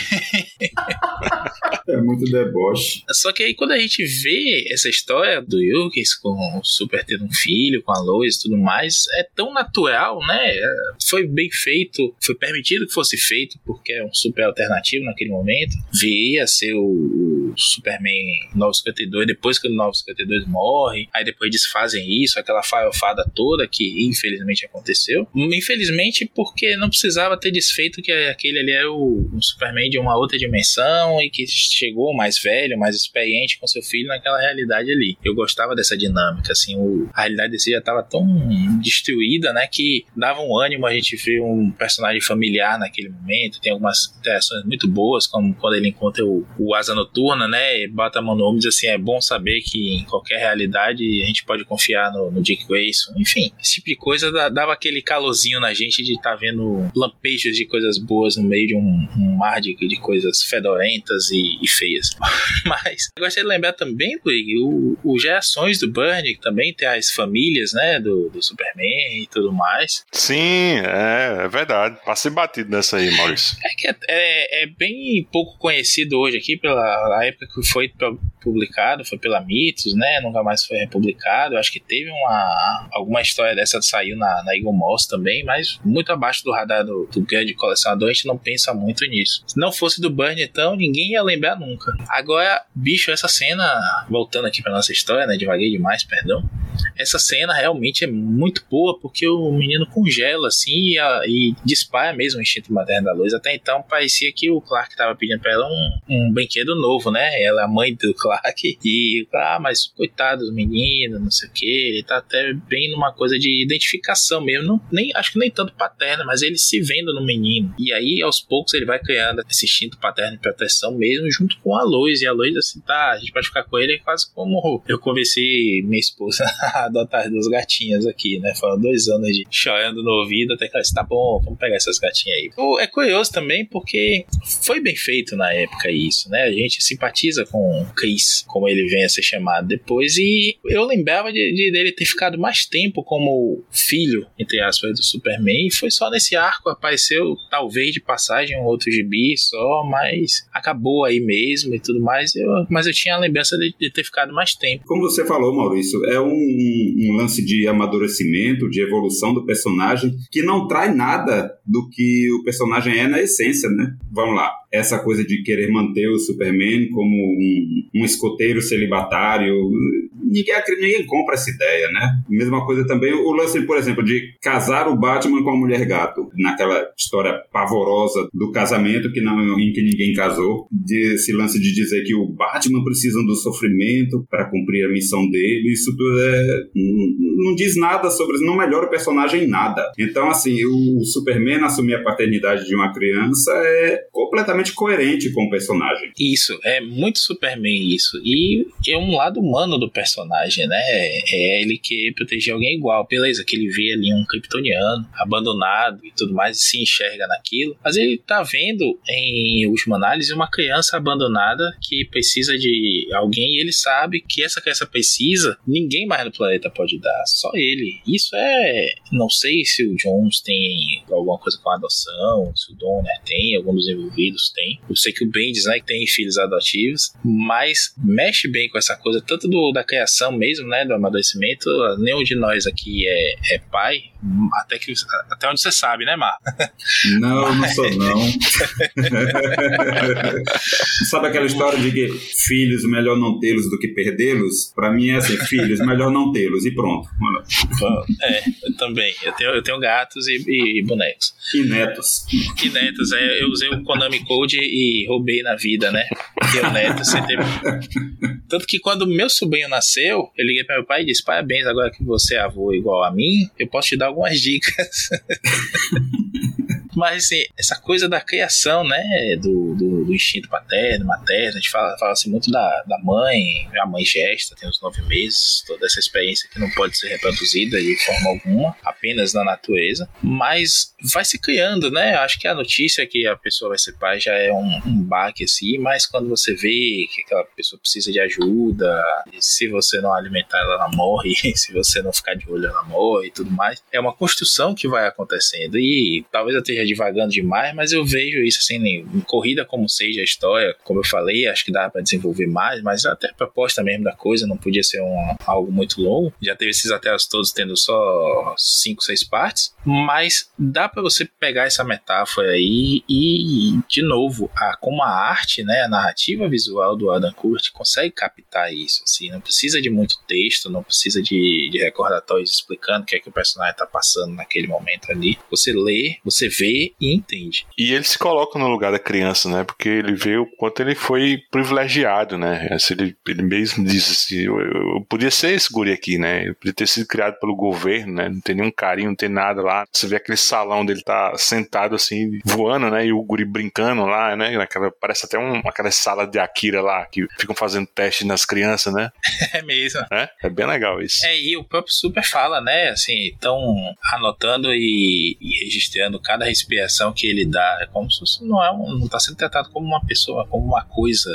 É muito deboche. Só que aí quando a gente vê essa história do Jurgens com o Super tendo um filho, com a Lois e tudo mais, é tão natural, né? Foi bem feito, foi permitido que fosse feito, porque é um super alternativo naquele momento. Veio a ser o, o Superman novecentos e cinquenta e dois, depois que o novecentos e cinquenta e dois morre, aí depois desfazem isso, aquela farofada toda que infelizmente aconteceu. Infelizmente porque não precisava ter desfeito que aquele ali é o, um Superman de uma outra dimensão e que chegou mais velho, mais experiente com seu filho naquela realidade ali. Eu gostava dessa dinâmica, assim, o, a realidade desse já estava tão destruída, né, que dava um ânimo a gente ver um personagem familiar naquele momento. Tem algumas interações muito boas, como quando ele encontra o, o Asa Noturna, urna, né, bota a mão no ombro e diz assim, é bom saber que em qualquer realidade a gente pode confiar no, no Dick Grayson. Enfim, esse tipo de coisa dava aquele calorzinho na gente de estar tá vendo lampejos de coisas boas no meio de um, um mar de, de coisas fedorentas e, e feias. Mas eu gostaria de lembrar também, Luigi, o, o Gerações do Byrne, que também tem as famílias, né, do, do Superman e tudo mais. Sim, é, é verdade. Passei batido nessa aí, Maurício. É que é, é, é bem pouco conhecido hoje aqui pela época que foi publicado, foi pela Mitos, né, nunca mais foi republicado. Eu acho que teve uma, alguma história dessa que saiu na, na Eagle Moss também, mas muito abaixo do radar do, do grande colecionador, a gente não pensa muito nisso. Se não fosse do Byrne, então, ninguém ia lembrar nunca. Agora, bicho, essa cena, voltando aqui pra nossa história, né, devaguei demais, perdão, essa cena realmente é muito boa, porque o menino congela, assim, e, a, e dispara mesmo o instinto materno da Lois. Até então, parecia que o Clark tava pedindo pra ela um, um brinquedo novo, né, ela é a mãe do Clark, e, ah, mas coitado do menino, não sei o que, ele tá até bem numa coisa de identificação mesmo, não, nem, acho que nem tanto paterna, mas ele se vendo no menino, e aí aos poucos ele vai criando esse instinto paterno de proteção mesmo, junto com a Lois, e a Lois assim, tá, a gente pode ficar com ele quase como eu convenci minha esposa a adotar duas gatinhas aqui, né, foram dois anos de chorando no ouvido, até que ela disse, tá bom, vamos pegar essas gatinhas aí. É curioso também, porque foi bem feito na época isso, né, a gente simpatiza com o Chris, como ele vem a ser chamado depois, e eu lembrava de, de dele ter ficado mais tempo como filho, entre aspas, do Superman, e foi só nesse arco, apareceu talvez de passagem um outro gibi só, mas acabou aí mesmo e tudo mais, eu, mas eu tinha a lembrança de, de ter ficado mais tempo. Como você falou, Maurício, é um, um lance de amadurecimento, de evolução do personagem, que não traz nada do que o personagem é na essência, né? Vamos lá, essa coisa de querer manter o Superman como um, um escoteiro celibatário, ninguém, ninguém compra essa ideia, né? Mesma coisa também, o lance, por exemplo, de casar o Batman com a Mulher Gato, naquela história pavorosa do casamento que não, em que ninguém casou, de, esse lance de dizer que o Batman precisa do sofrimento para cumprir a missão dele, isso tudo é, não, não diz nada sobre isso, não melhora o personagem em nada. Então, assim, o Superman assumir a paternidade de uma criança é completamente coerente com o personagem. Isso, é muito Superman isso, e é um lado humano do personagem, né? É ele que proteger alguém igual, beleza, que ele vê ali um kryptoniano abandonado e tudo mais e se enxerga naquilo, mas ele tá vendo em última análise uma criança abandonada que precisa de alguém, e ele sabe que essa criança precisa, ninguém mais no planeta pode dar, só ele. Isso é, não sei se o Jones tem alguma coisa com a adoção, se o Donner tem, algum dos envolvidos tem, eu sei que o Bendis, né, tem filhos adotivos, mas mexe bem com essa coisa, tanto do, da criação mesmo, né, do amadurecimento. Nenhum de nós aqui é, é pai, até, que, até onde você sabe, né, Mar? Não, não sou não. Sabe aquela história de que filhos, melhor não tê-los do que perdê-los? Pra mim é assim, filhos, melhor não tê-los, e pronto. É, eu também. Eu tenho, eu tenho gatos e, e bonecos. E netos. E netos, é, eu usei o Konami Code e roubei na vida, né? Porque o neto você teve... Tanto que quando meu sobrinho nasceu, eu liguei para meu pai e disse, parabéns, agora que você é avô igual a mim, eu posso te dar algumas dicas. Mas assim, essa coisa da criação, né, do, do, do instinto paterno, materno, a gente fala, fala assim muito da, da mãe, a mãe gesta, tem uns nove meses, toda essa experiência que não pode ser reproduzida de forma alguma, apenas na natureza, mas vai se criando, né, acho que a notícia que a pessoa vai ser pai já é um, um baque assim, mas quando você vê que aquela pessoa precisa de ajuda, e se você não alimentar ela, ela morre, se você não ficar de olho, ela morre e tudo mais, é uma construção que vai acontecendo, e talvez eu esteja divagando demais, mas eu vejo isso assim, em corrida como seja a história, como eu falei, acho que dá para desenvolver mais, mas até a proposta mesmo da coisa não podia ser um, algo muito longo, já teve esses ateus todos tendo só cinco, seis partes, mas dá para você pegar essa metáfora aí e, de novo, a, como a arte, né, a narrativa visual do Adam Kubert consegue captar isso, assim, não precisa de muito texto, não precisa de, de recordatórios explicando o que é que o personagem tá passando naquele momento ali, você lê, você vê lê e entende. E ele se coloca no lugar da criança, né? Porque ele vê o quanto ele foi privilegiado, né? Assim, ele, ele mesmo diz assim, eu, eu podia ser esse guri aqui, né? Eu podia ter sido criado pelo governo, né? Não tem nenhum carinho, não tem nada lá. Você vê aquele salão dele tá sentado assim, voando, né? E o guri brincando lá, né? Naquela, parece até um, aquela sala de Akira lá, que ficam fazendo teste nas crianças, né? É mesmo. É, é bem legal isso. É, e o próprio Super fala, né? Assim, estão anotando e, e registrando cada respiração que ele dá. É como se não, é um, não tá sendo tratado como uma pessoa, como uma coisa.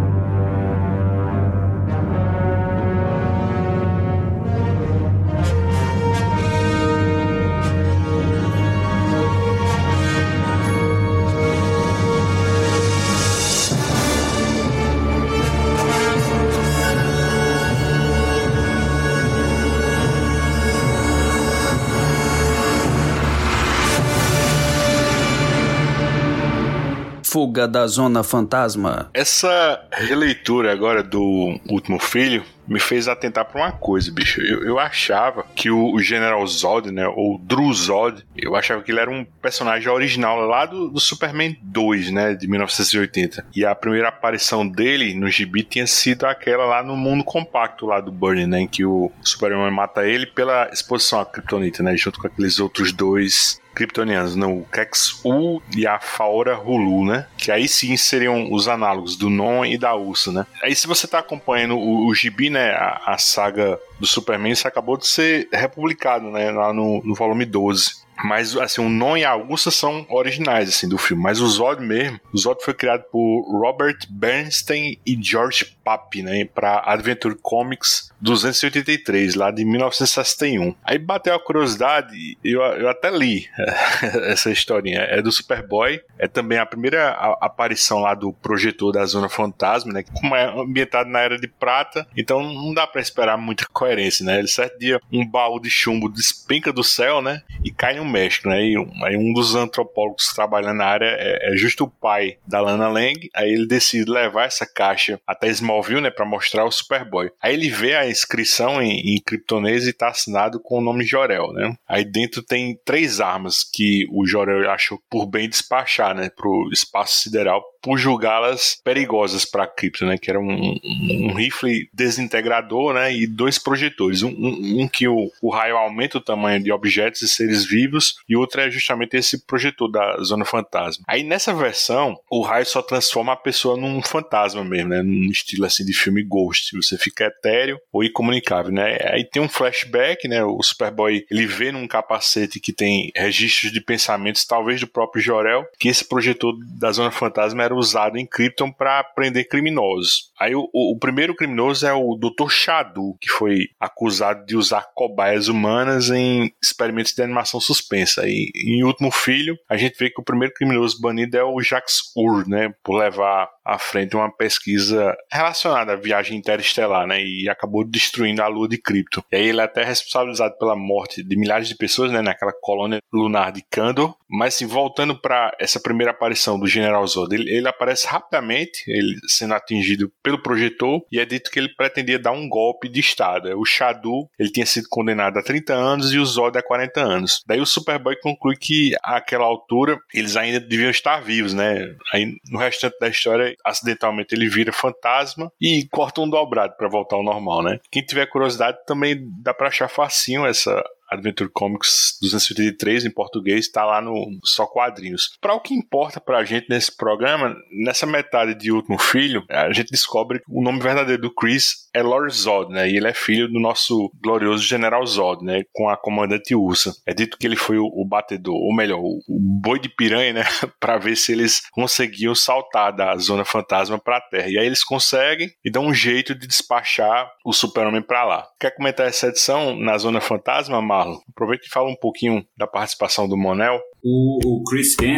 Fuga da Zona Fantasma. Essa releitura agora do Último Filho me fez atentar pra uma coisa, bicho. Eu, eu achava que o, o General Zod, né, ou Dru Zod, eu achava que ele era um personagem original lá do, do Superman dois, né, de mil novecentos e oitenta. E a primeira aparição dele no gibi tinha sido aquela lá no Mundo Compacto lá do Byrne, né, em que o Superman mata ele pela exposição à Kryptonita, né, junto com aqueles outros dois kryptonianos, não, o Kex-U e a Faora Hulu, né? Que aí sim seriam os análogos do Non e da Ursa, né? Aí se você tá acompanhando o, o gibi, né, a, a saga do Superman, isso acabou de ser republicado, né, lá no, no volume doze. Mas, assim, o Non e a Ursa são originais, assim, do filme. Mas o Zod mesmo, o Zod foi criado por Robert Bernstein e George Papp, né, pra Adventure Comics duzentos e oitenta e três, lá de mil novecentos e sessenta e um. Aí bateu a curiosidade, eu, eu até li essa historinha. É do Superboy, é também a primeira a, aparição lá do projetor da Zona Fantasma, né, como é ambientado na Era de Prata, então não dá pra esperar muita coerência, né. Ele, certo dia, um baú de chumbo despenca do céu, né, e cai no México, né? E um, aí um dos antropólogos trabalhando na área é, é justo o pai da Lana Lang. Aí ele decide levar essa caixa até Smallville, né, para mostrar o Superboy. Aí ele vê a inscrição em, em kryptonês e tá assinado com o nome Jor-El, né? Aí dentro tem três armas que o Jor-El achou por bem despachar, né, pro espaço sideral, por julgá-las perigosas para a Krypton, né, que era um, um, um rifle desintegrador, né, e dois projetores, um, um, um que o, o raio aumenta o tamanho de objetos e seres vivos, e outro é justamente esse projetor da Zona Fantasma. Aí nessa versão, o raio só transforma a pessoa num fantasma mesmo, né, num estilo assim de filme Ghost, você fica etéreo ou incomunicável, né. Aí tem um flashback, né, o Superboy, ele vê num capacete que tem registros de pensamentos, talvez do próprio Jor-El, que esse projetor da Zona Fantasma era usado em Krypton para prender criminosos. Aí o, o, o primeiro criminoso é o doutor Shadu, que foi acusado de usar cobaias humanas em experimentos de animação suspensa. E em Último Filho, a gente vê que o primeiro criminoso banido é o Jax-Ur, né, por levar à frente uma pesquisa relacionada à viagem interestelar, né, e acabou destruindo a lua de Krypton. E aí ele é até responsabilizado pela morte de milhares de pessoas, né, naquela colônia lunar de Kandor. Mas assim, voltando para essa primeira aparição do General Zod, ele, ele aparece rapidamente, ele sendo atingido pelo projetor, e é dito que ele pretendia dar um golpe de estado. O Shadu, ele tinha sido condenado a trinta anos e o Zod a quarenta anos. Daí o Superboy conclui que àquela altura eles ainda deviam estar vivos, né? Aí no restante da história, acidentalmente ele vira fantasma e corta um dobrado para voltar ao normal, né? Quem tiver curiosidade também dá para achar facinho essa Adventure Comics duzentos e oitenta e três em português, tá lá no Só Quadrinhos. Para o que importa pra gente nesse programa, nessa metade de Último Filho, a gente descobre que o nome verdadeiro do Chris é Lord Zod, né? E ele é filho do nosso glorioso General Zod, né? Com a comandante Ursa. É dito que ele foi o, o batedor, ou melhor, o, o boi de piranha, né? Para ver se eles conseguiam saltar da Zona Fantasma pra Terra. E aí eles conseguem e dão um jeito de despachar o Super-Homem pra lá. Quer comentar essa edição na Zona Fantasma, Marlon? Aproveita e fala um pouquinho da participação do Mon-El. O, o Chris Kent,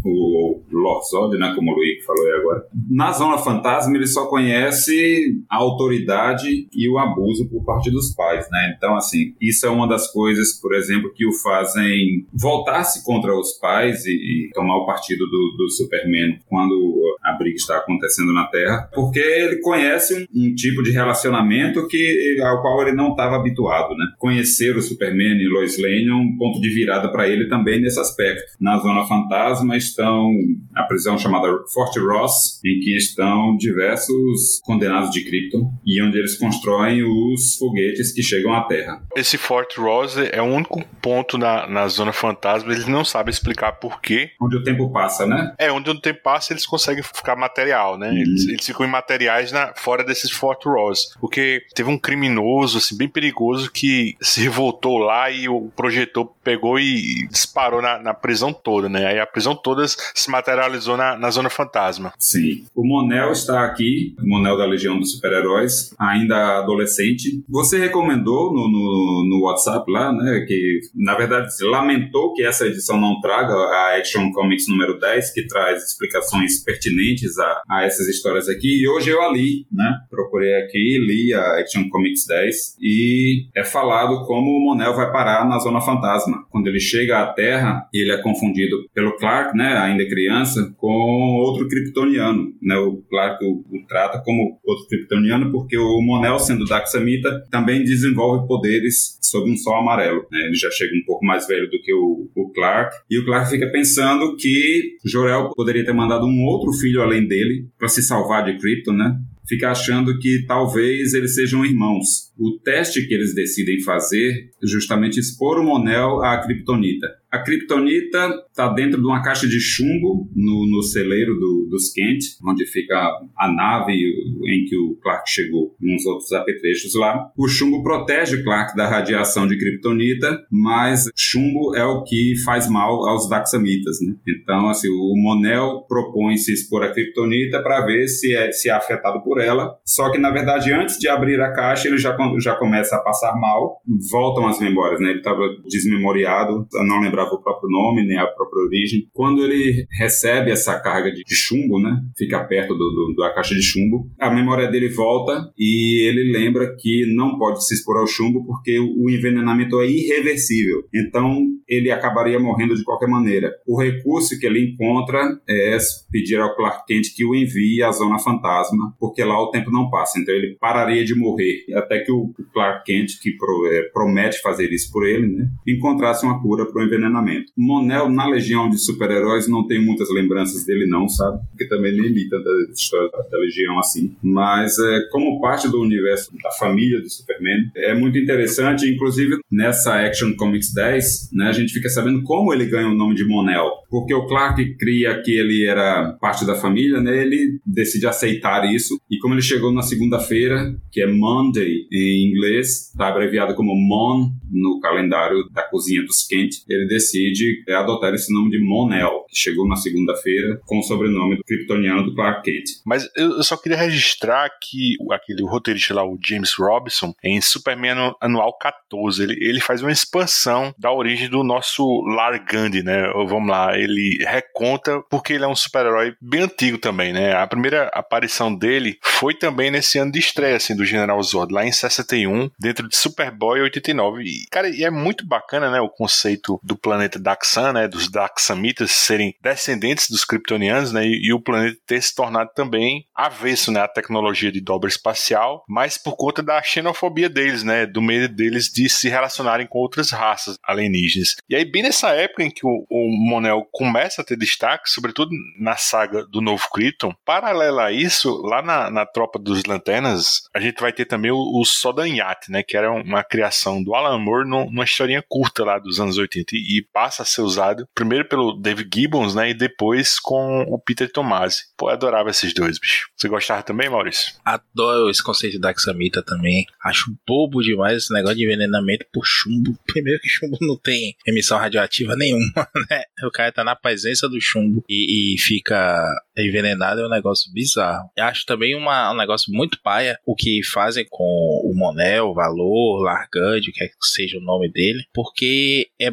o Lord Zod, né, como o Luiz falou aí agora. Na Zona Fantasma ele só conhece a autoridade e o abuso por parte dos pais, né? Então, assim, isso é uma das coisas, por exemplo, que o fazem voltar-se contra os pais e, e tomar o partido do, do Superman quando a briga está acontecendo na Terra, porque ele conhece um, um tipo de relacionamento que, ao qual ele não estava habituado, né? Conhecer o Superman e Lois Lane é um ponto de virada para ele também nesse aspecto. Na Zona Fantasma estão a prisão chamada Fort Ross, em que estão diversos condenados de Krypton e onde eles constroem os foguetes que chegam à Terra. Esse Fort Ross é o único ponto na, na Zona Fantasma, eles não sabem explicar por quê. Onde o tempo passa, né? É, onde o tempo passa eles conseguem ficar material, né? Uhum. Eles, eles ficam imateriais na, fora desses Fort Ross, porque teve um criminoso, assim, bem perigoso que se revoltou lá e o projetor pegou e disparou na, na prisão toda, né? Aí a prisão toda se materializou na, na Zona Fantasma. Sim. O Mon-El está aqui, o Mon-El da Legião dos Super-Heróis, ainda adolescente. Você recomendou no, no, no WhatsApp lá, né, que na verdade lamentou que essa edição não traga a Action Comics número dez, que traz explicações pertinentes a, a essas histórias aqui, e hoje eu a li, né? Procurei aqui, li a Action Comics dez, e é falado como o Mon-El vai parar na Zona Fantasma. Quando ele chega à Terra, ele é confundido pelo Clark, né, ainda criança, com outro kryptoniano, né? O Clark o, o trata como outro kryptoniano porque o Mon-El, sendo Daxamita, também desenvolve poderes sob um sol amarelo, né? Ele já chega um pouco mais velho do que o, o Clark, e o Clark fica pensando que Jor-El poderia ter mandado um outro filho além dele para se salvar de Krypton, né? Fica achando que talvez eles sejam irmãos. O teste que eles decidem fazer é justamente expor o Mon-El à Kryptonita. A Kryptonita está dentro de uma caixa de chumbo no, no celeiro do, dos Kent, onde fica a nave em que o Clark chegou, e uns outros apetrechos lá. O chumbo protege o Clark da radiação de Kryptonita, mas chumbo é o que faz mal aos Daxamitas, né? Então, assim, o Mon-El propõe se expor à Kryptonita para ver se é, se é afetado por ela, só que na verdade antes de abrir a caixa ele já, já começa a passar mal, voltam as memórias, né? Ele estava desmemoriado, não lembrava o próprio nome nem a própria origem. Quando ele recebe essa carga de, de chumbo, né? Fica perto do, do, da caixa de chumbo, a memória dele volta e ele lembra que não pode se expor ao chumbo porque o envenenamento é irreversível, então ele acabaria morrendo de qualquer maneira. O recurso que ele encontra é pedir ao Clark Kent que o envie à Zona Fantasma, porque lá o tempo não passa, então ele pararia de morrer, até que o Clark Kent, que pro, é, promete fazer isso por ele, né, encontrasse uma cura para o envenenamento. Mon-El, na Legião de Super-Heróis, não tem muitas lembranças dele não, sabe? Porque também nem li tantas histórias da Legião assim, mas é, como parte do universo da família do Superman, é muito interessante, inclusive nessa Action Comics dez, né, a gente fica sabendo como ele ganha o nome de Mon-El, porque o Clark cria que ele era parte da família, né, ele decide aceitar isso. E como ele chegou na segunda-feira, que é Monday em inglês, está abreviado como Mon no calendário da cozinha dos Kent, ele decide adotar esse nome de Mon-El, que chegou na segunda-feira com o sobrenome do kryptoniano do Clark Kent. Mas eu só queria registrar que aquele roteirista lá, o James Robinson, em Superman Anual catorze, ele, ele faz uma expansão da origem do nosso Lar Gandhi, né? Vamos lá, ele reconta porque ele é um super-herói bem antigo também, né? A primeira aparição dele foi também nesse ano de estreia, assim, do General Zod, lá em sessenta e um, dentro de Superboy oitenta e nove. E, cara, e é muito bacana, né, o conceito do planeta Daxan, né, dos Daxamitas serem descendentes dos kryptonianos, né, e, e o planeta ter se tornado também avesso, né, à tecnologia de dobra espacial, mas por conta da xenofobia deles, né, do medo deles de se relacionarem com outras raças alienígenas. E aí, bem nessa época em que o, o Mon-El começa a ter destaque, sobretudo na saga do Novo Krypton, paralela a isso, lá na, na Tropa dos Lanternas, a gente vai ter também o, o Sodanyat, né, que era uma criação do Alan Moore no, numa historinha curta lá dos anos oitenta, e, e passa a ser usado primeiro pelo Dave Gibbons, né, e depois com o Peter Tomasi. Pô, eu adorava esses dois, bicho. Você gostava também, Maurício? Adoro esse conceito de Daxamita também. Acho bobo demais esse negócio de envenenamento por chumbo. Primeiro que chumbo não tem emissão radioativa nenhuma, né? O cara tá na presença do chumbo e, e fica envenenado, é um negócio bizarro. Eu acho também uma, um negócio muito paia o que fazem com o Mon-El, o Valor, Lar Gandhi, o que é que seja o nome dele, porque é basicamente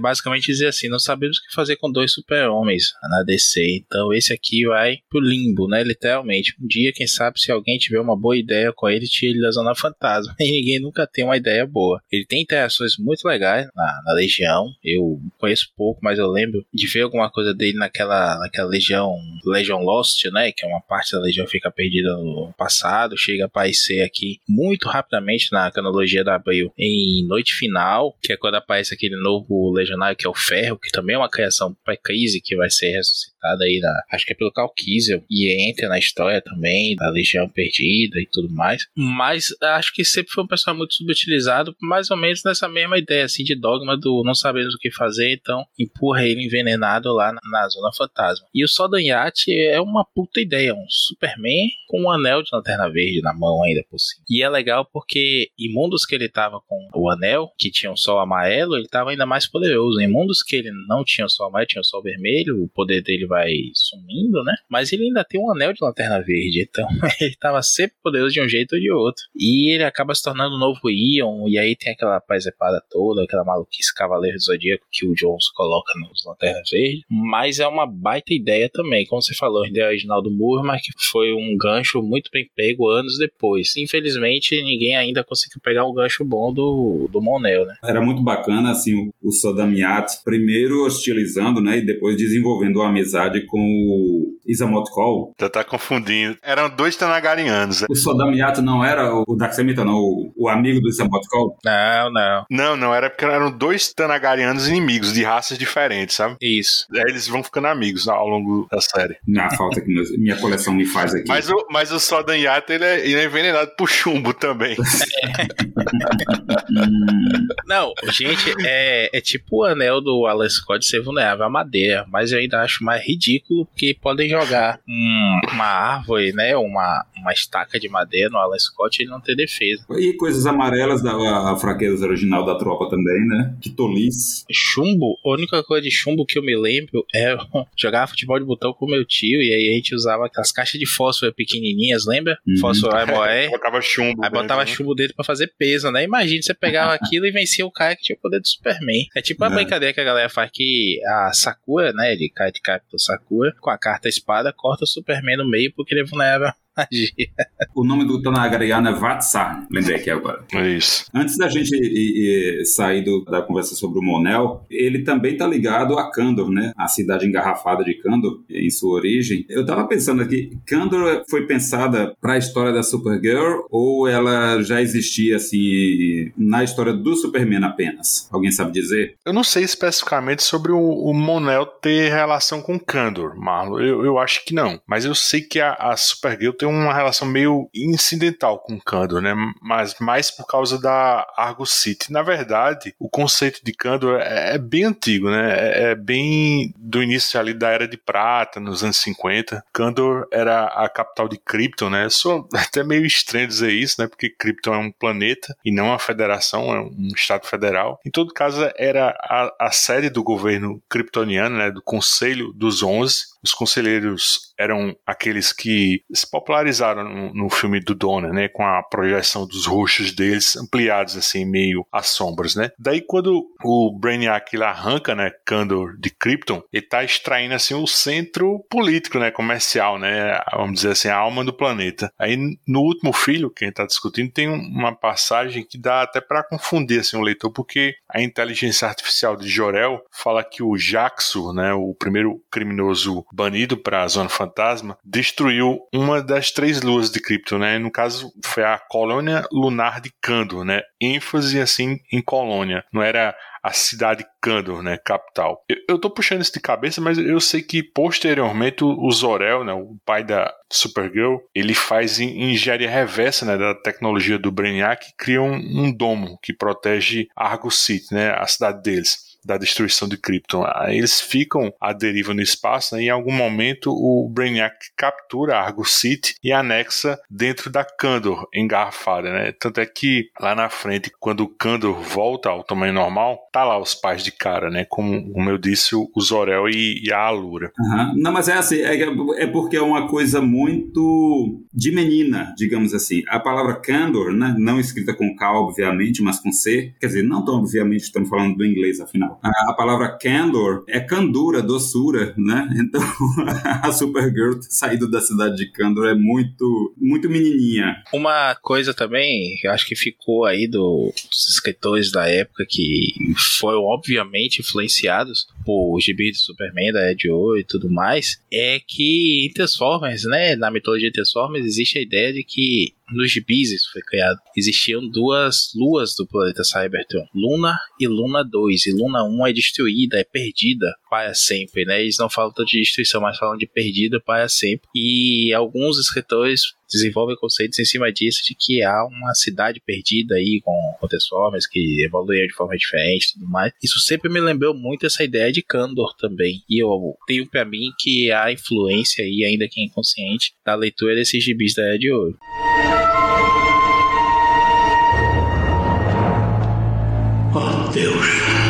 dizer assim, não sabemos o que fazer com dois super-homens na D C, então esse aqui vai pro limbo, né, literalmente. Um dia, quem sabe, se alguém tiver uma boa ideia com ele, tira ele da Zona Fantasma, e ninguém nunca tem uma ideia boa. Ele tem interações muito legais na, na Legião, eu conheço pouco, mas eu lembro de ver alguma coisa dele naquela, naquela Legião, Legion Lost, né, que é uma parte da Legião que fica perdida no passado, chega a aparecer aqui muito rapidamente na cronologia da Abril em Noite Final, que é quando aparece aquele novo legionário que é o Ferro, que também é uma criação pré-crise que vai ser ressuscitada aí, na, acho que é pelo Cal Kisel, e entra na história também da Legião Perdida e tudo mais. Mas acho que sempre foi um personagem muito subutilizado, mais ou menos nessa mesma ideia assim, de dogma do não sabemos o que fazer, então empurra ele envenenado lá na, na Zona Fantasma. E o Sodanyat é uma puta ideia, um Superman com um anel de Lanterna Verde na mão ainda por cima. E é legal porque em mundos que ele tava com o anel, que tinha um sol amarelo, ele tava ainda mais poderoso. Em mundos que ele não tinha o sol amarelo, tinha o sol vermelho, o poder dele vai sumindo, né? Mas ele ainda tem um anel de Lanterna Verde, então ele tava sempre poderoso de um jeito ou de outro. E ele acaba se tornando um novo Ion, e aí tem aquela paisepada toda, aquela maluquice Cavaleiro do Zodíaco que o Jones coloca nos Lanternas Verdes. Mas é uma baita ideia também, como você falou, a ideia original do Moore, que foi um gancho muito bem pego anos depois. Infelizmente, ninguém ainda conseguiu pegar um gancho bom do, do Mon-El, né? Era muito bacana, assim, o, o Sodanyat primeiro hostilizando, né, e depois desenvolvendo uma amizade com o Isamot Kol. Tu tá confundindo. Eram dois Tanagarianos. O Sodanyat não era o Dark Semita, não, o, o amigo do Isamot Kol? Não, não. Não, não, era porque eram dois Tanagarianos inimigos, de raças diferentes, sabe? Isso. Aí eles vão ficando amigos ao longo da série. Na falta que meus, minha coleção me faz aqui. Mas o, mas o Sodanyat, ele é, ele é envenenado por chumbo também. Não, gente, é, é tipo o anel do Alan Scott ser vulnerável à madeira, mas eu ainda acho mais ridículo porque podem jogar um, uma árvore, né, uma, uma estaca de madeira no Alan Scott e ele não ter defesa. E coisas amarelas dava a fraqueza original da tropa também, né? Que tolice. Chumbo, a única coisa de chumbo que eu me lembro é jogar futebol de botão com meu tio, e aí a gente usava aquelas caixas de fósforo pequenininhas, lembra? Uhum. Fósforo aí moé. Botava chumbo. Aí botava dentro, chumbo dentro pra fazer peso, né? Imagina, você pegava aquilo e vencia o cara que tinha o poder do Superman. É tipo a é. brincadeira que a galera faz que a Sakura, né? Ele cai de Capitão Sakura, com a carta espada, corta o Superman no meio porque ele é vulnerável. O nome do Tanagariano é Vatsar, lembrei aqui agora. É isso. Antes da gente e, e, sair do, da conversa sobre o Mon-El, ele também tá ligado a Kandor, né? A cidade engarrafada de Kandor, em sua origem. Eu tava pensando aqui, Kandor foi pensada para a história da Supergirl ou ela já existia assim na história do Superman apenas? Alguém sabe dizer? Eu não sei especificamente sobre o, o Mon-El ter relação com Kandor, Marlon. Eu, eu acho que não. Mas eu sei que a, a Supergirl tem uma relação meio incidental com Kandor, né? Mas mais por causa da Argo City. Na verdade, o conceito de Kandor é, é bem antigo, né? É, é bem do início ali da Era de Prata, nos anos cinquenta. Kandor era a capital de Krypton, né? Sou até meio estranho dizer isso, né? Porque Krypton é um planeta e não uma federação, é um estado federal. Em todo caso, era a, a sede do governo kryptoniano, né? Do Conselho dos Onze. Os conselheiros eram aqueles que se popularizaram no, no filme do Donner, né, com a projeção dos rostos deles ampliados, assim, meio às sombras, né. Daí, quando o Brainiac ele arranca, né, Kandor de Krypton, ele tá extraindo, assim, o centro político, né, comercial, né, vamos dizer assim, a alma do planeta. Aí, no último filho, que a gente tá discutindo, tem uma passagem que dá até para confundir, assim, o leitor, porque a inteligência artificial de Jor-El fala que o Jaxur, né, o primeiro criminoso banido para a Zona Fantasma, destruiu uma das três luas de Krypton, né? No caso, foi a colônia lunar de Kandor, né? ênfase, assim, em colônia. Não era a cidade Kandor, né, capital. Eu, eu tô puxando isso de cabeça, mas eu sei que posteriormente o, o Zor-El, né, o pai da Supergirl, ele faz engenharia reversa, né, da tecnologia do Brainiac e cria um, um domo que protege Argo City, né, a cidade deles, da destruição de Krypton. Aí eles ficam à deriva no espaço, né, e em algum momento o Brainiac captura Argo City e anexa dentro da Kandor engarrafada, né? Tanto é que lá na frente, quando o Kandor volta ao tamanho normal, tá lá os pais de cara, né? Como, como eu disse, o Zor-El e, e a Alura. Uhum. Não, mas é assim, é, é porque é uma coisa muito de menina, digamos assim. A palavra Kandor, né, não escrita com K, obviamente, mas com C, quer dizer, não tão obviamente, estamos falando do inglês, afinal. a, a palavra candor é candura, doçura, né? Então a Supergirl ter saído da cidade de Kandor é muito, muito menininha. Uma coisa também, eu acho que ficou aí do, dos escritores da época que foram obviamente influenciados por gibis do Superman, da Ed-Oh e tudo mais, é que em Transformers, né, na mitologia de Transformers, existe a ideia de que nos gibis isso foi criado. Existiam duas luas do planeta Cybertron, Luna e Luna dois, e Luna um é destruída, é perdida para sempre, né? Eles não falam tanto de destruição, mas falam de perdida para sempre. E alguns escritores desenvolvem conceitos em cima disso, de que há uma cidade perdida aí com, com Transformers que evoluíam de forma diferente e tudo mais. Isso sempre me lembrou muito essa ideia de Kandor também. E eu tenho pra mim que há influência aí, ainda que inconsciente, da leitura desses gibis da Era de Ouro. Oh, Deus.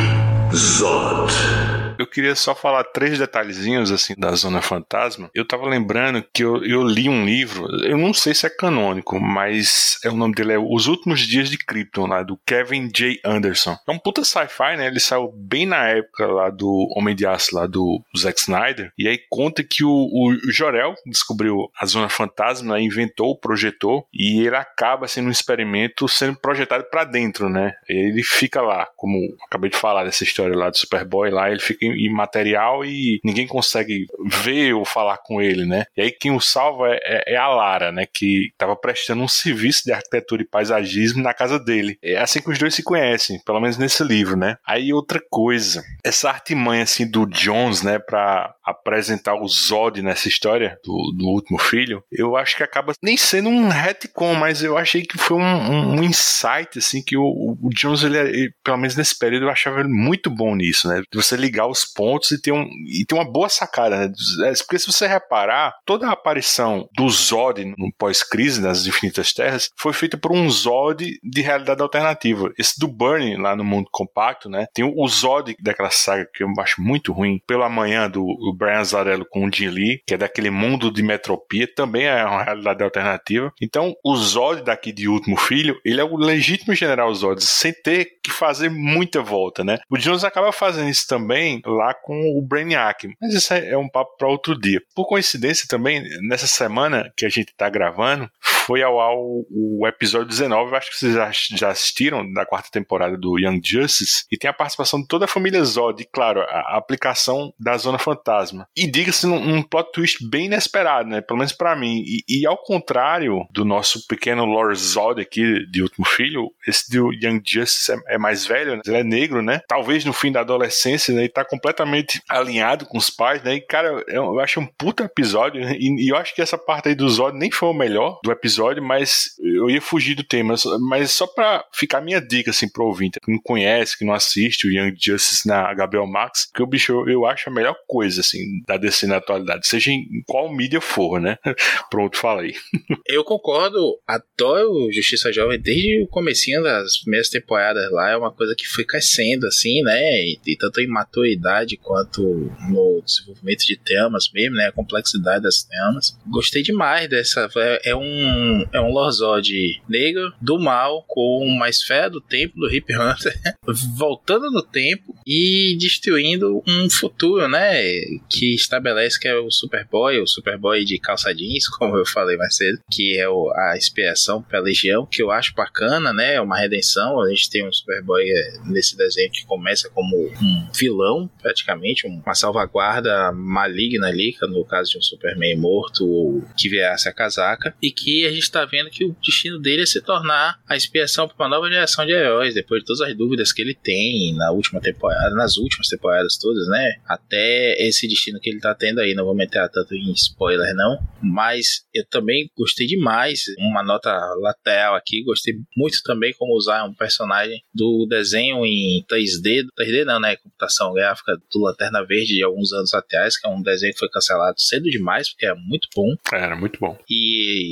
Zod. Eu queria só falar três detalhezinhos assim da Zona Fantasma. Eu tava lembrando que eu, eu li um livro, eu não sei se é canônico, mas é, o nome dele é Os Últimos Dias de Krypton, lá, do Kevin J. Anderson. É um puta sci-fi, né? Ele saiu bem na época lá do Homem de Aço, lá do, do Zack Snyder. E aí conta que o, o, o Jor-El descobriu a Zona Fantasma, né? Inventou, projetou, e ele acaba sendo um experimento sendo projetado pra dentro, né? E ele fica lá, como eu acabei de falar dessa história lá do Superboy, lá ele fica imaterial e ninguém consegue ver ou falar com ele, né? E aí quem o salva é, é, é a Lara, né? Que estava prestando um serviço de arquitetura e paisagismo na casa dele. É assim que os dois se conhecem, pelo menos nesse livro, né? Aí outra coisa, essa artimanha assim do Jones, né? Pra apresentar o Zod nessa história do, do último filho, eu acho que acaba nem sendo um retcon, mas eu achei que foi um, um, um insight, assim, que o, o Jones, ele, ele, pelo menos nesse período, eu achava ele muito bom nisso, né? De você ligar os pontos e ter, um, e ter uma boa sacada, né? Porque se você reparar, toda a aparição do Zod no pós-crise das Infinitas Terras foi feita por um Zod de realidade alternativa. Esse do Burnie, lá no Mundo Compacto, né? Tem o Zod daquela saga que eu acho muito ruim, Pelo Amanhã, do Brian Azzarello com o Jim Lee, que é daquele mundo de Metropia, também é uma realidade alternativa. Então, o Zod daqui de Último Filho, ele é o legítimo General Zod, sem ter que fazer muita volta, né? O Jones acaba fazendo isso também lá com o Brainiac, mas isso é um papo para outro dia. Por coincidência também, nessa semana que a gente tá gravando, foi ao ar o episódio dezenove, eu acho que vocês já, já assistiram, da quarta temporada do Young Justice, e tem a participação de toda a família Zod, e claro, a, a aplicação da Zona Fantasma. E diga-se num, num plot twist bem inesperado, né? Pelo menos pra mim. E, e ao contrário do nosso pequeno Lord Zod aqui, de Último Filho, esse do Young Justice é, é mais velho, né? Ele é negro, né? Talvez no fim da adolescência, né? Ele tá completamente alinhado com os pais, né? E, cara, eu, eu acho um puta episódio, né? E, e eu acho que essa parte aí do Zod nem foi o melhor do episódio, mas eu ia fugir do tema. Mas só pra ficar a minha dica, assim, pro ouvinte, que não conhece, que não assiste o Young Justice na H B O Max, que o bicho, eu, eu acho a melhor coisa, assim, da D C na atualidade, seja em qual mídia for, né? Pronto, fala aí. Eu concordo, adoro Justiça Jovem desde o comecinho das primeiras temporadas lá, é uma coisa que foi crescendo, assim, né? E, e tanto em maturidade quanto no desenvolvimento de temas mesmo, né? A complexidade das temas. Gostei demais dessa. É, é um é um Lord-Zod negro do mal com uma esfera do tempo do Hip Hunter voltando no tempo e destruindo um futuro, né? Que estabelece que é o Superboy, o Superboy de calça jeans, como eu falei mais cedo, que é o, a inspiração para a Legião, que eu acho bacana, né? Uma redenção. A gente tem um Superboy nesse desenho que começa como um vilão, praticamente, uma salvaguarda maligna ali, no caso de um Superman morto que virasse a casaca, e que a gente está vendo que o destino dele é se tornar a inspiração para uma nova geração de heróis, depois de todas as dúvidas que ele tem na última temporada, nas últimas temporadas todas, né? Até esse destino que ele tá tendo aí, não vou meter tanto em spoiler não, mas eu também gostei demais, uma nota lateral aqui, gostei muito também como usar um personagem do desenho em três D, três D não, né? Computação gráfica do Lanterna Verde de alguns anos atrás, que é um desenho que foi cancelado cedo demais, porque é muito bom. Era muito bom. E trazer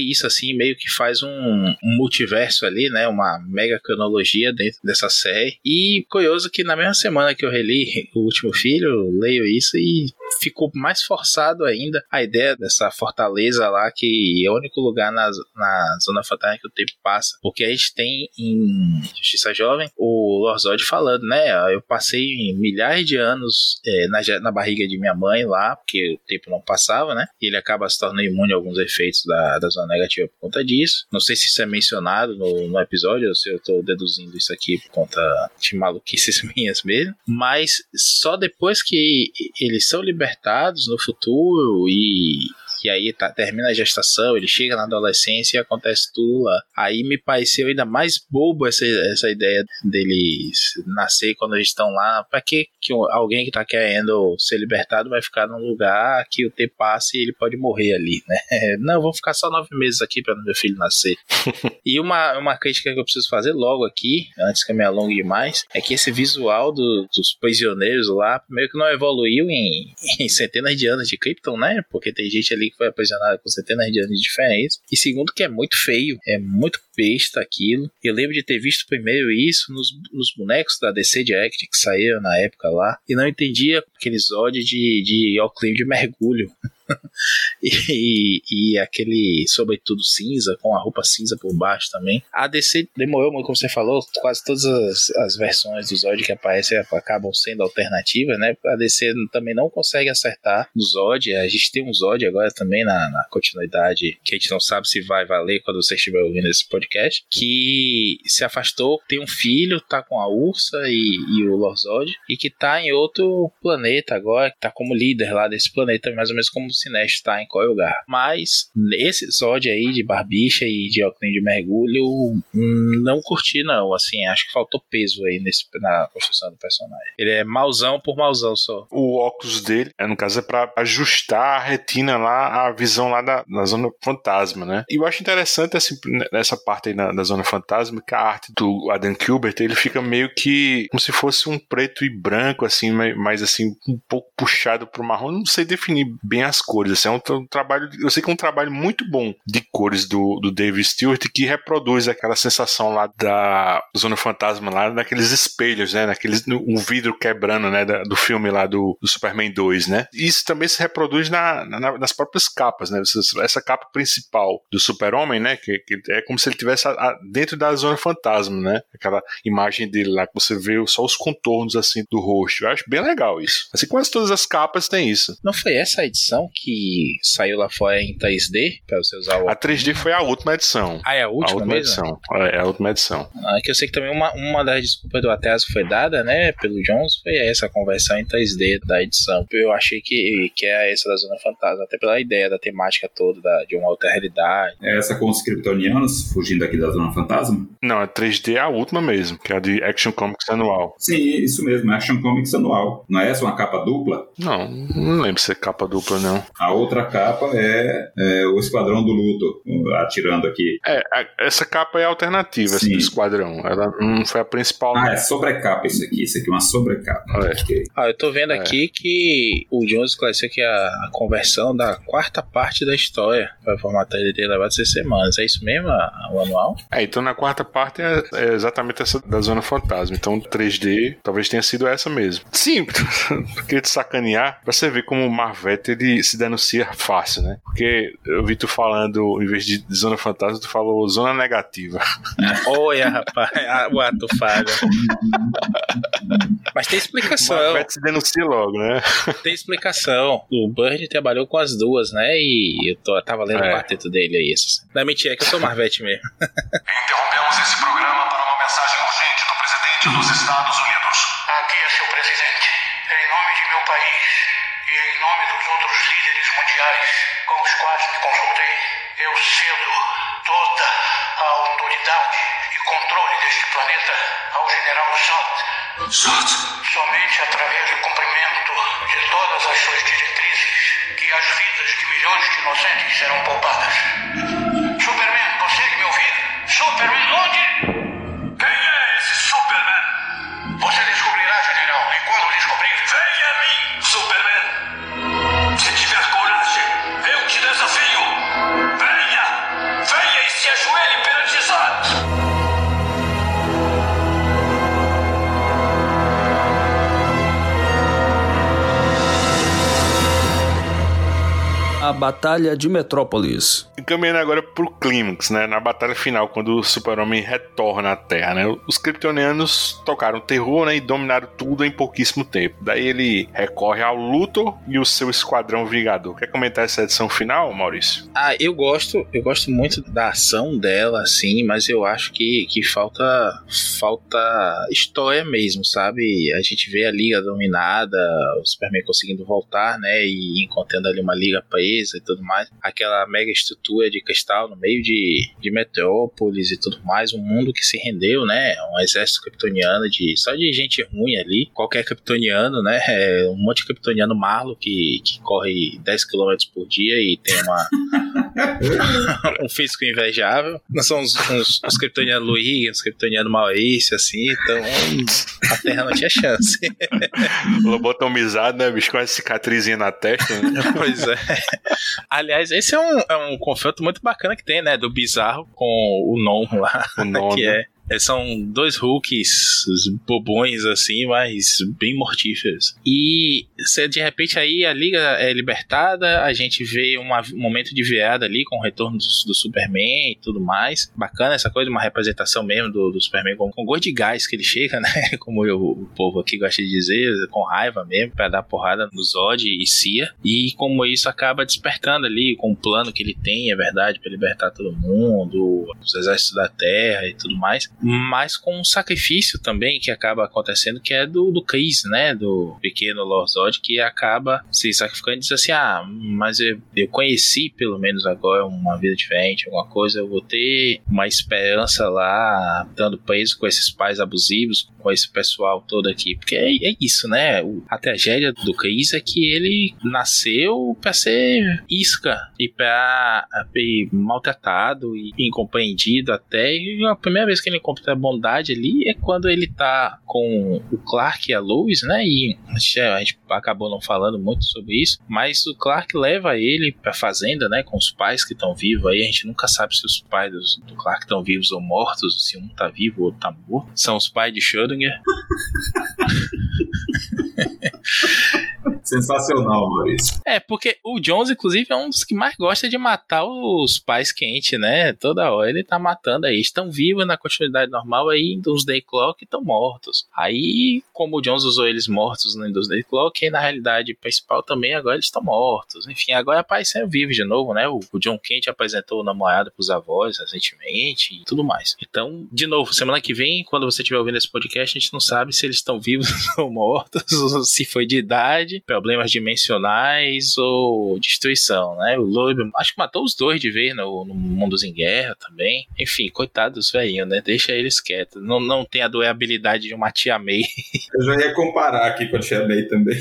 isso assim meio que faz um, um multiverso ali, né? Uma mega cronologia dentro dessa série. E curioso que na mesma semana que eu reli O Último Filho, eu leio isso e ficou mais forçado ainda a ideia dessa fortaleza lá, que é o único lugar na, na Zona Fantasma que o tempo passa. Porque a gente tem em Justiça Jovem o Lord Zod falando, né? Eu passei milhares de anos é, na, na barriga de minha mãe lá, porque o tempo não passava, né? E ele acaba se tornando imune a alguns efeitos da, da Zona Negativa por conta disso. Não sei se isso é mencionado no, no episódio, ou se eu tô deduzindo isso aqui por conta de maluquices minhas mesmo. Mas só depois que eles são libertados no futuro e... que aí tá, termina a gestação, ele chega na adolescência e acontece tudo lá. Aí me pareceu ainda mais bobo essa, essa ideia deles nascer quando eles estão lá. Pra que, que alguém que tá querendo ser libertado vai ficar num lugar que o tempo passa e ele pode morrer ali, né? Não, vou ficar só nove meses aqui pra meu filho nascer. E uma, uma crítica que eu preciso fazer logo aqui, antes que eu me alongue demais, é que esse visual do, dos prisioneiros lá meio que não evoluiu em, em centenas de anos de Krypton, né? Porque tem gente ali que foi aprisionada com centenas de anos de diferença. E segundo, que é muito feio, é muito besta aquilo. Eu lembro de ter visto primeiro isso nos, nos bonecos da D C Direct que saíram na época lá, e não entendia aquele Zod de, de óculos de mergulho. e, e aquele sobretudo cinza, com a roupa cinza por baixo também. A D C demorou muito, como você falou, quase todas as, as versões do Zod que aparecem acabam sendo alternativas, né? A D C também não consegue acertar no Zod. A gente tem um Zod agora também na, na continuidade, que a gente não sabe se vai valer quando você estiver ouvindo esse podcast, que se afastou, tem um filho, tá com a Ursa e, e o Lord Zod, e que tá em outro planeta agora, que tá como líder lá desse planeta, mais ou menos como o Sinestro está em qual lugar. Mas esse Zod aí de barbicha e de óculos de mergulho hum, não curti não, assim, acho que faltou peso aí nesse, na construção do personagem. Ele é mauzão por mauzão só. O óculos dele, no caso, é pra ajustar a retina lá, a visão lá da, da Zona Fantasma, né? E eu acho interessante, assim, nessa parte aí na, da Zona Fantasma, que a arte do Adam Kubert, ele fica meio que como se fosse um preto e branco, assim, mas assim, um pouco puxado pro marrom. Não sei definir bem as cores, assim, é um, um trabalho, eu sei que é um trabalho muito bom de cores do, do David Stewart, que reproduz aquela sensação lá da Zona Fantasma, lá naqueles espelhos, né, naqueles, um vidro quebrando, né, da, do filme lá do, do Superman dois, né, e isso também se reproduz na, na, nas próprias capas, né, essa capa principal do Super-Homem, né, que, que é como se ele estivesse dentro da Zona Fantasma, né, aquela imagem dele lá, que você vê só os contornos, assim, do rosto. Eu acho bem legal isso, assim, quase todas as capas tem isso. Não foi essa a edição que saiu lá fora em três D pra você usar o... A três D foi a última edição. Ah, é a última, a última mesmo? edição. É, é a última edição. Ah, que eu sei que também uma, uma das desculpas do atraso que foi dada, né, pelo Jones, foi essa conversão em três D da edição. Eu achei que, que é essa da Zona Fantasma, até pela ideia da temática toda, da, de uma outra realidade. É essa com os kryptonianos fugindo aqui da Zona Fantasma? Não, a três D é a última mesmo, que é a de Action Comics anual. Sim, isso mesmo, Action Comics anual. Não é essa uma capa dupla? Não, não lembro se é capa dupla, não. A outra capa é, é o Esquadrão do Luto, atirando aqui. É, a, essa capa é alternativa, essa do Esquadrão. Ela não foi a principal. Ah, é sobrecapa isso aqui. Isso aqui é uma sobrecapa. É. Okay. Ah, eu tô vendo é. aqui que o Jones esclareceu que a, a conversão da quarta parte da história para formatar ele ter levado seis semanas. É isso mesmo, a, a, o anual? É, então na quarta parte é, é exatamente essa da Zona Fantasma. Então três D talvez tenha sido essa mesmo. Sim, queria te sacanear pra você ver como o Marvete ele se denuncia fácil, né? Porque eu vi tu falando, em vez de Zona Fantasma, tu falou Zona Negativa. Olha, rapaz, o ato falha. Mas tem explicação. O Marvete se denuncia logo, né? Tem explicação. O Bird trabalhou com as duas, né? E eu tô, tava lendo é. o quarteto dele aí. Não, mentira, é que eu sou Marvete mesmo. Interrompemos esse programa para uma mensagem urgente do presidente dos Estados Unidos. Aqui é seu presidente. Em nome de meu país e em nome dos outros líderes mundiais com os quais me consultei, eu cedo toda a autoridade e controle deste planeta ao general Zod. Zod. Somente através do cumprimento de todas as suas diretrizes que as vidas de milhões de inocentes serão poupadas. Superman, consegue me ouvir? Superman, onde? Quem é esse Superman? Você descobrirá, general, e quando descobrir, venha a mim, Superman. Se tiver coragem, eu te desafio. Venha! A Batalha de Metrópolis. E caminhando agora pro clímax, né? Na batalha final, quando o Super-Homem retorna à Terra, né? Os kryptonianos tocaram terror, né? E dominaram tudo em pouquíssimo tempo. Daí ele recorre ao Luthor e o seu Esquadrão Vingador. Quer comentar essa edição final, Maurício? Ah, eu gosto, eu gosto muito da ação dela, assim, mas eu acho que, que falta, falta história mesmo, sabe? A gente vê a Liga dominada, o Superman conseguindo voltar, né? E encontrando ali uma liga presa e tudo mais. Aquela mega estrutura de cristal no meio de, de Metrópolis e tudo mais. Um mundo que se rendeu, né? Um exército kryptoniano de, só de gente ruim ali. Qualquer kryptoniano, né? É um monte de kryptoniano marlo que, que corre dez quilômetros por dia e tem uma um físico invejável. Não são os, os, os kryptonianos Luigi, os kryptonianos Maurício, assim. Então a Terra não tinha chance. Lobotomizado, né, bicho? Com essa cicatrizinha na testa, né? Pois é. Aliás, esse é um, é um confronto muito bacana que tem, né? Do Bizarro com o Non lá. O Non, que é. São dois Hulks bobões assim, mas bem mortíferos. E de repente aí a Liga é libertada, a gente vê uma, um momento de virada ali com o retorno do, do Superman e tudo mais. Bacana essa coisa, uma representação mesmo do, do Superman com, com gosto de gás que ele chega, né? Como eu, o povo aqui gosta de dizer, com raiva mesmo, pra dar porrada no Zod e Cia. E como isso acaba despertando ali com o plano que ele tem, é verdade, pra libertar todo mundo, os exércitos da Terra e tudo mais. Mas com um sacrifício também que acaba acontecendo, que é do, do Chris, né, do pequeno Lord Zod, que acaba se sacrificando e diz assim, ah, mas eu, eu conheci pelo menos agora uma vida diferente, alguma coisa, eu vou ter uma esperança lá, estando preso com esses pais abusivos, com esse pessoal todo aqui, porque é, é isso, né, o, a tragédia do Chris é que ele nasceu pra ser isca e pra ser maltratado e incompreendido até, e a primeira vez que ele encontra a bondade ali é quando ele tá com o Clark e a Lois, né, e a gente acabou não falando muito sobre isso, mas o Clark leva ele pra fazenda, né, com os pais que estão vivos aí, a gente nunca sabe se os pais do, do Clark estão vivos ou mortos, se um tá vivo ou outro tá morto, são os pais de Schrödinger. Sensacional, Maurício. É, porque o Jones, inclusive, é um dos que mais gosta de matar os pais quentes, né? Toda hora ele tá matando aí. Estão vivos na continuidade normal aí em Doomsday Clock e estão mortos. Aí, como o Jones usou eles mortos no Doomsday Clock, aí na realidade principal também agora eles estão mortos. Enfim, agora apareceu vivo de novo, né? O, o John Kent apresentou o namorado pros avós recentemente e tudo mais. Então, de novo, semana que vem, quando você estiver ouvindo esse podcast, a gente não sabe se eles estão vivos ou mortos, ou se foi de idade, problemas dimensionais ou destruição, né? O Loeb, acho que matou os dois de vez no, no Mundos em Guerra também. Enfim, coitado dos velhinhos, né? Deixa eles quietos. Não, não tem a durabilidade de uma Tia May. Eu já ia comparar aqui com a Tia May também.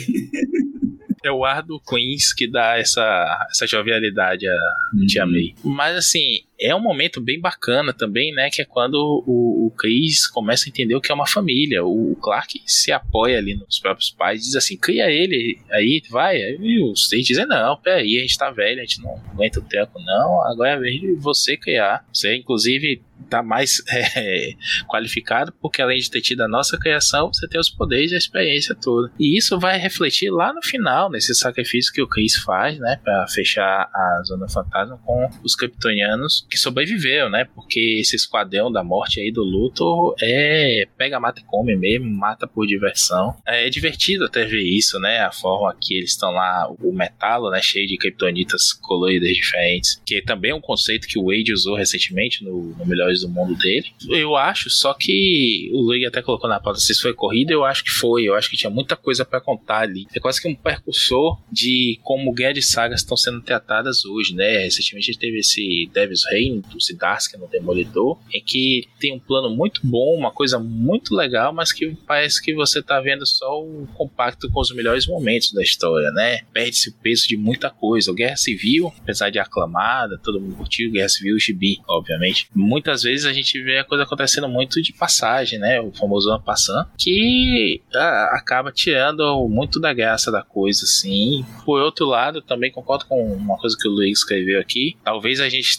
É o ar do Queens que dá essa, essa jovialidade a uhum. Tia May. Mas assim, é um momento bem bacana também, né? Que é quando o, o Chris começa a entender o que é uma família. O, o Clark se apoia ali nos próprios pais, diz assim, cria ele aí, vai. Aí os três dizem, não, peraí, a gente tá velho, a gente não aguenta o tempo, não. Agora é a vez de você criar. Você, inclusive, tá mais é, qualificado, porque além de ter tido a nossa criação, você tem os poderes e a experiência toda. E isso vai refletir lá no final, nesse sacrifício que o Chris faz, né? Pra fechar a Zona Fantasma com os kryptonianos que sobreviveram, né? Porque esse esquadrão da morte aí do Luthor é pega, mata e come mesmo, mata por diversão. É divertido até ver isso, né? A forma que eles estão lá, o metalo, né? Cheio de kryptonitas coloridas diferentes, que também é um conceito que o Wade usou recentemente no, no Melhores do Mundo dele. Eu acho, só que o Luigi até colocou na pauta se isso foi corrida, eu acho que foi, eu acho que tinha muita coisa pra contar ali. É quase que um percursor de como grandes sagas estão sendo tratadas hoje, né? Recentemente a gente teve esse Devil's Reign do Zdarsky no Demolidor, em que tem um plano muito bom, uma coisa muito legal, mas que parece que você tá vendo só o compacto com os melhores momentos da história, né? Perde-se o peso de muita coisa. O Guerra Civil, apesar de aclamada, todo mundo curtiu, Guerra Civil e Gibi, obviamente. Muitas vezes a gente vê a coisa acontecendo muito de passagem, né? O famoso en passant, que a, acaba tirando muito da graça da coisa, assim. Por outro lado, também concordo com uma coisa que o Luiz escreveu aqui. Talvez a gente esteja se acostumando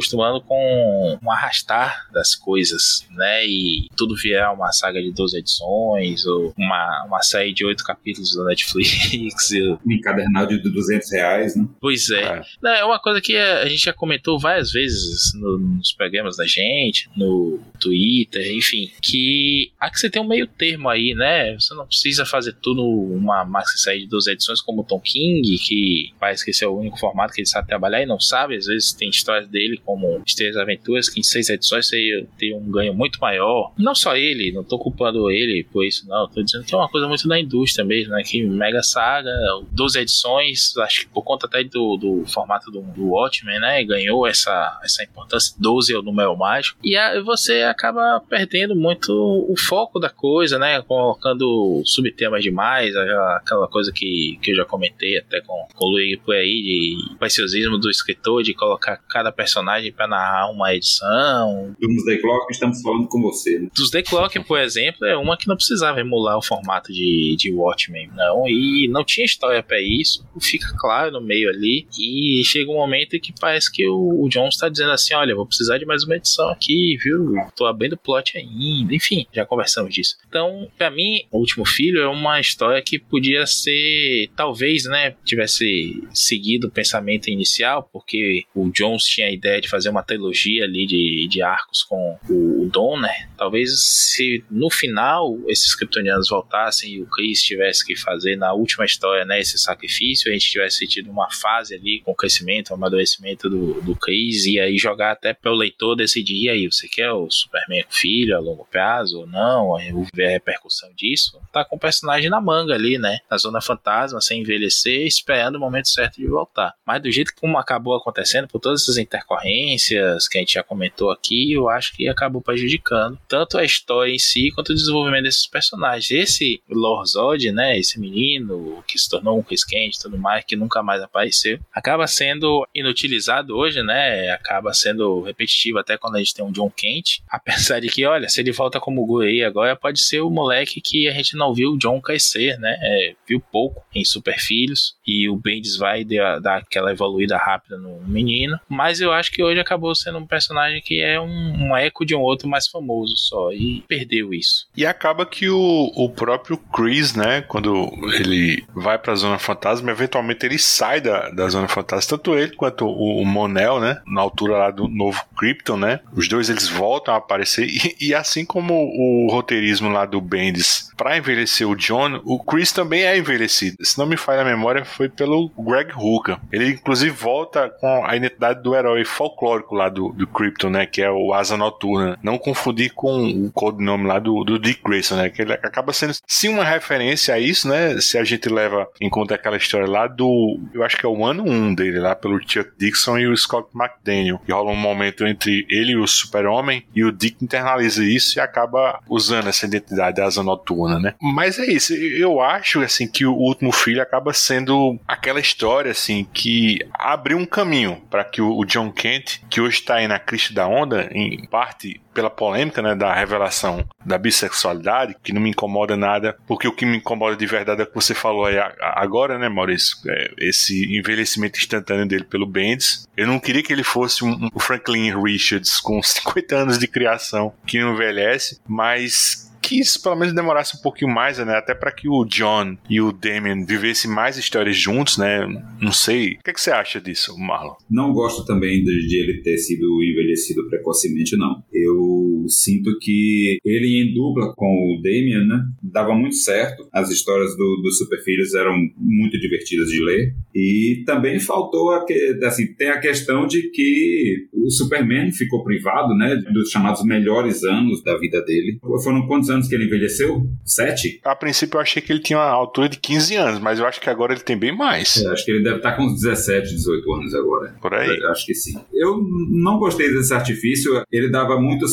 acostumando com um arrastar das coisas, né? E tudo virar uma saga de doze edições ou uma, uma série de oito capítulos da Netflix. Um encadernado de duzentos reais, né? Pois é. É. Não, é uma coisa que a gente já comentou várias vezes no, nos programas da gente, no Twitter, enfim, que há que você ter um meio termo aí, né? Você não precisa fazer tudo uma maxi série de doze edições como o Tom King, que parece que esse é o único formato que ele sabe trabalhar e não sabe. Às vezes tem histórias dele como Estrelas Aventuras, que em seis edições você ia ter um ganho muito maior. Não só ele, não tô culpando ele por isso, não. Tô dizendo que é uma coisa muito da indústria mesmo, né? Que Mega Saga, doze edições, acho que por conta até do, do formato do, do Watchmen, né? Ganhou essa, essa importância. doze é o número mágico. E a, você acaba perdendo muito o foco da coisa, né? Colocando subtemas demais, aquela, aquela coisa que, que eu já comentei até com, com o Luigi por aí, de preciosismo do escritor, de colocar cada personagem para narrar uma edição. Doomsday Clock, estamos falando com você, né? Doomsday Clock, por exemplo, é uma que não precisava emular o formato de, de Watchmen, não, e não tinha história para isso, fica claro no meio ali, e chega um momento em que parece que o, o John está dizendo assim, olha, vou precisar de mais uma edição aqui, viu, tô abrindo o plot ainda, enfim, já conversamos disso. Então, para mim, O Último Filho é uma história que podia ser, talvez, né, tivesse seguido o pensamento inicial, porque o Jones tinha a ideia de fazer uma trilogia ali de, de arcos com o, o Donner. Talvez se no final esses kryptonianos voltassem e o Chris tivesse que fazer na última história, né, esse sacrifício, a gente tivesse tido uma fase ali com o crescimento, o amadurecimento do, do Chris, e aí jogar até para o leitor decidir, e aí, você quer o Superman com filho a longo prazo ou não, ver a repercussão disso, tá com o personagem na manga ali, né, na Zona Fantasma, sem envelhecer, esperando o momento certo de voltar. Mas do jeito como acabou acontecendo, por todas essas intercorrências que a gente já comentou aqui, eu acho que acabou prejudicando tanto a história em si, quanto o desenvolvimento desses personagens. Esse Lord Zod, né, esse menino que se tornou um Chris Kent e tudo mais, que nunca mais apareceu, acaba sendo inutilizado hoje, né, acaba sendo repetitivo até quando a gente tem um John Kent, apesar de que, olha, se ele volta como Gurei agora, pode ser o moleque que a gente não viu o John crescer, né, é, viu pouco em Super Filhos, e o Bendis vai dar, dar aquela evoluída rápida no menino, mas eu acho que hoje acabou sendo um personagem que é um, um eco de um outro mais famoso só, e perdeu isso. E acaba que o, o próprio Chris, né, quando ele vai pra Zona Fantasma, eventualmente ele sai da, da Zona Fantasma, tanto ele quanto o, o Mon-El, né, na altura lá do novo Krypton, né, os dois eles voltam a aparecer, e, e assim como o roteirismo lá do Bendis pra envelhecer o John, o Chris também é envelhecido. Se não me falha a memória, foi pelo Greg Rucka. Ele inclusive volta com a identidade do herói folclórico lá do, do Krypton, né, que é o Asa Noturna. Não confundir com o codinome lá do, do Dick Grayson, né, que ele acaba sendo sim uma referência a isso, né, se a gente leva em conta aquela história lá do, eu acho que é o ano um dele lá, pelo Chuck Dixon e o Scott McDaniel, que rola um momento entre ele e o Super-Homem, e o Dick internaliza isso e acaba usando essa identidade da Asa Noturna, né. Mas é isso, eu acho assim que o Último Filho acaba sendo aquela história assim que abriu um caminho para que o John Kent, que hoje está aí na crista da onda, em parte pela polêmica, né, da revelação da bissexualidade, que não me incomoda nada, porque o que me incomoda de verdade é o que você falou aí agora, né, Maurício, é esse envelhecimento instantâneo dele pelo Bendis. Eu não queria que ele fosse um, um Franklin Richards com cinquenta anos de criação que não envelhece, mas que isso pelo menos demorasse um pouquinho mais, né? Até para que o John e o Damian vivessem mais histórias juntos, né? Não sei. O que, é que você acha disso, Marlon? Não gosto também de, de ele ter sido envelhecido precocemente, não. Eu sinto que ele em dupla com o Damian, né? Dava muito certo. As histórias do, do Super Filhos eram muito divertidas de ler. E também faltou, a que, assim, tem a questão de que o Superman ficou privado, né? Dos chamados melhores anos da vida dele. Foram quantos anos que ele envelheceu? Sete? A princípio eu achei que ele tinha uma altura de quinze anos, mas eu acho que agora ele tem bem mais. É, acho que ele deve estar com uns dezessete, dezoito anos agora. Por aí. Eu acho que sim. Eu não gostei desse artifício. Ele dava muito certo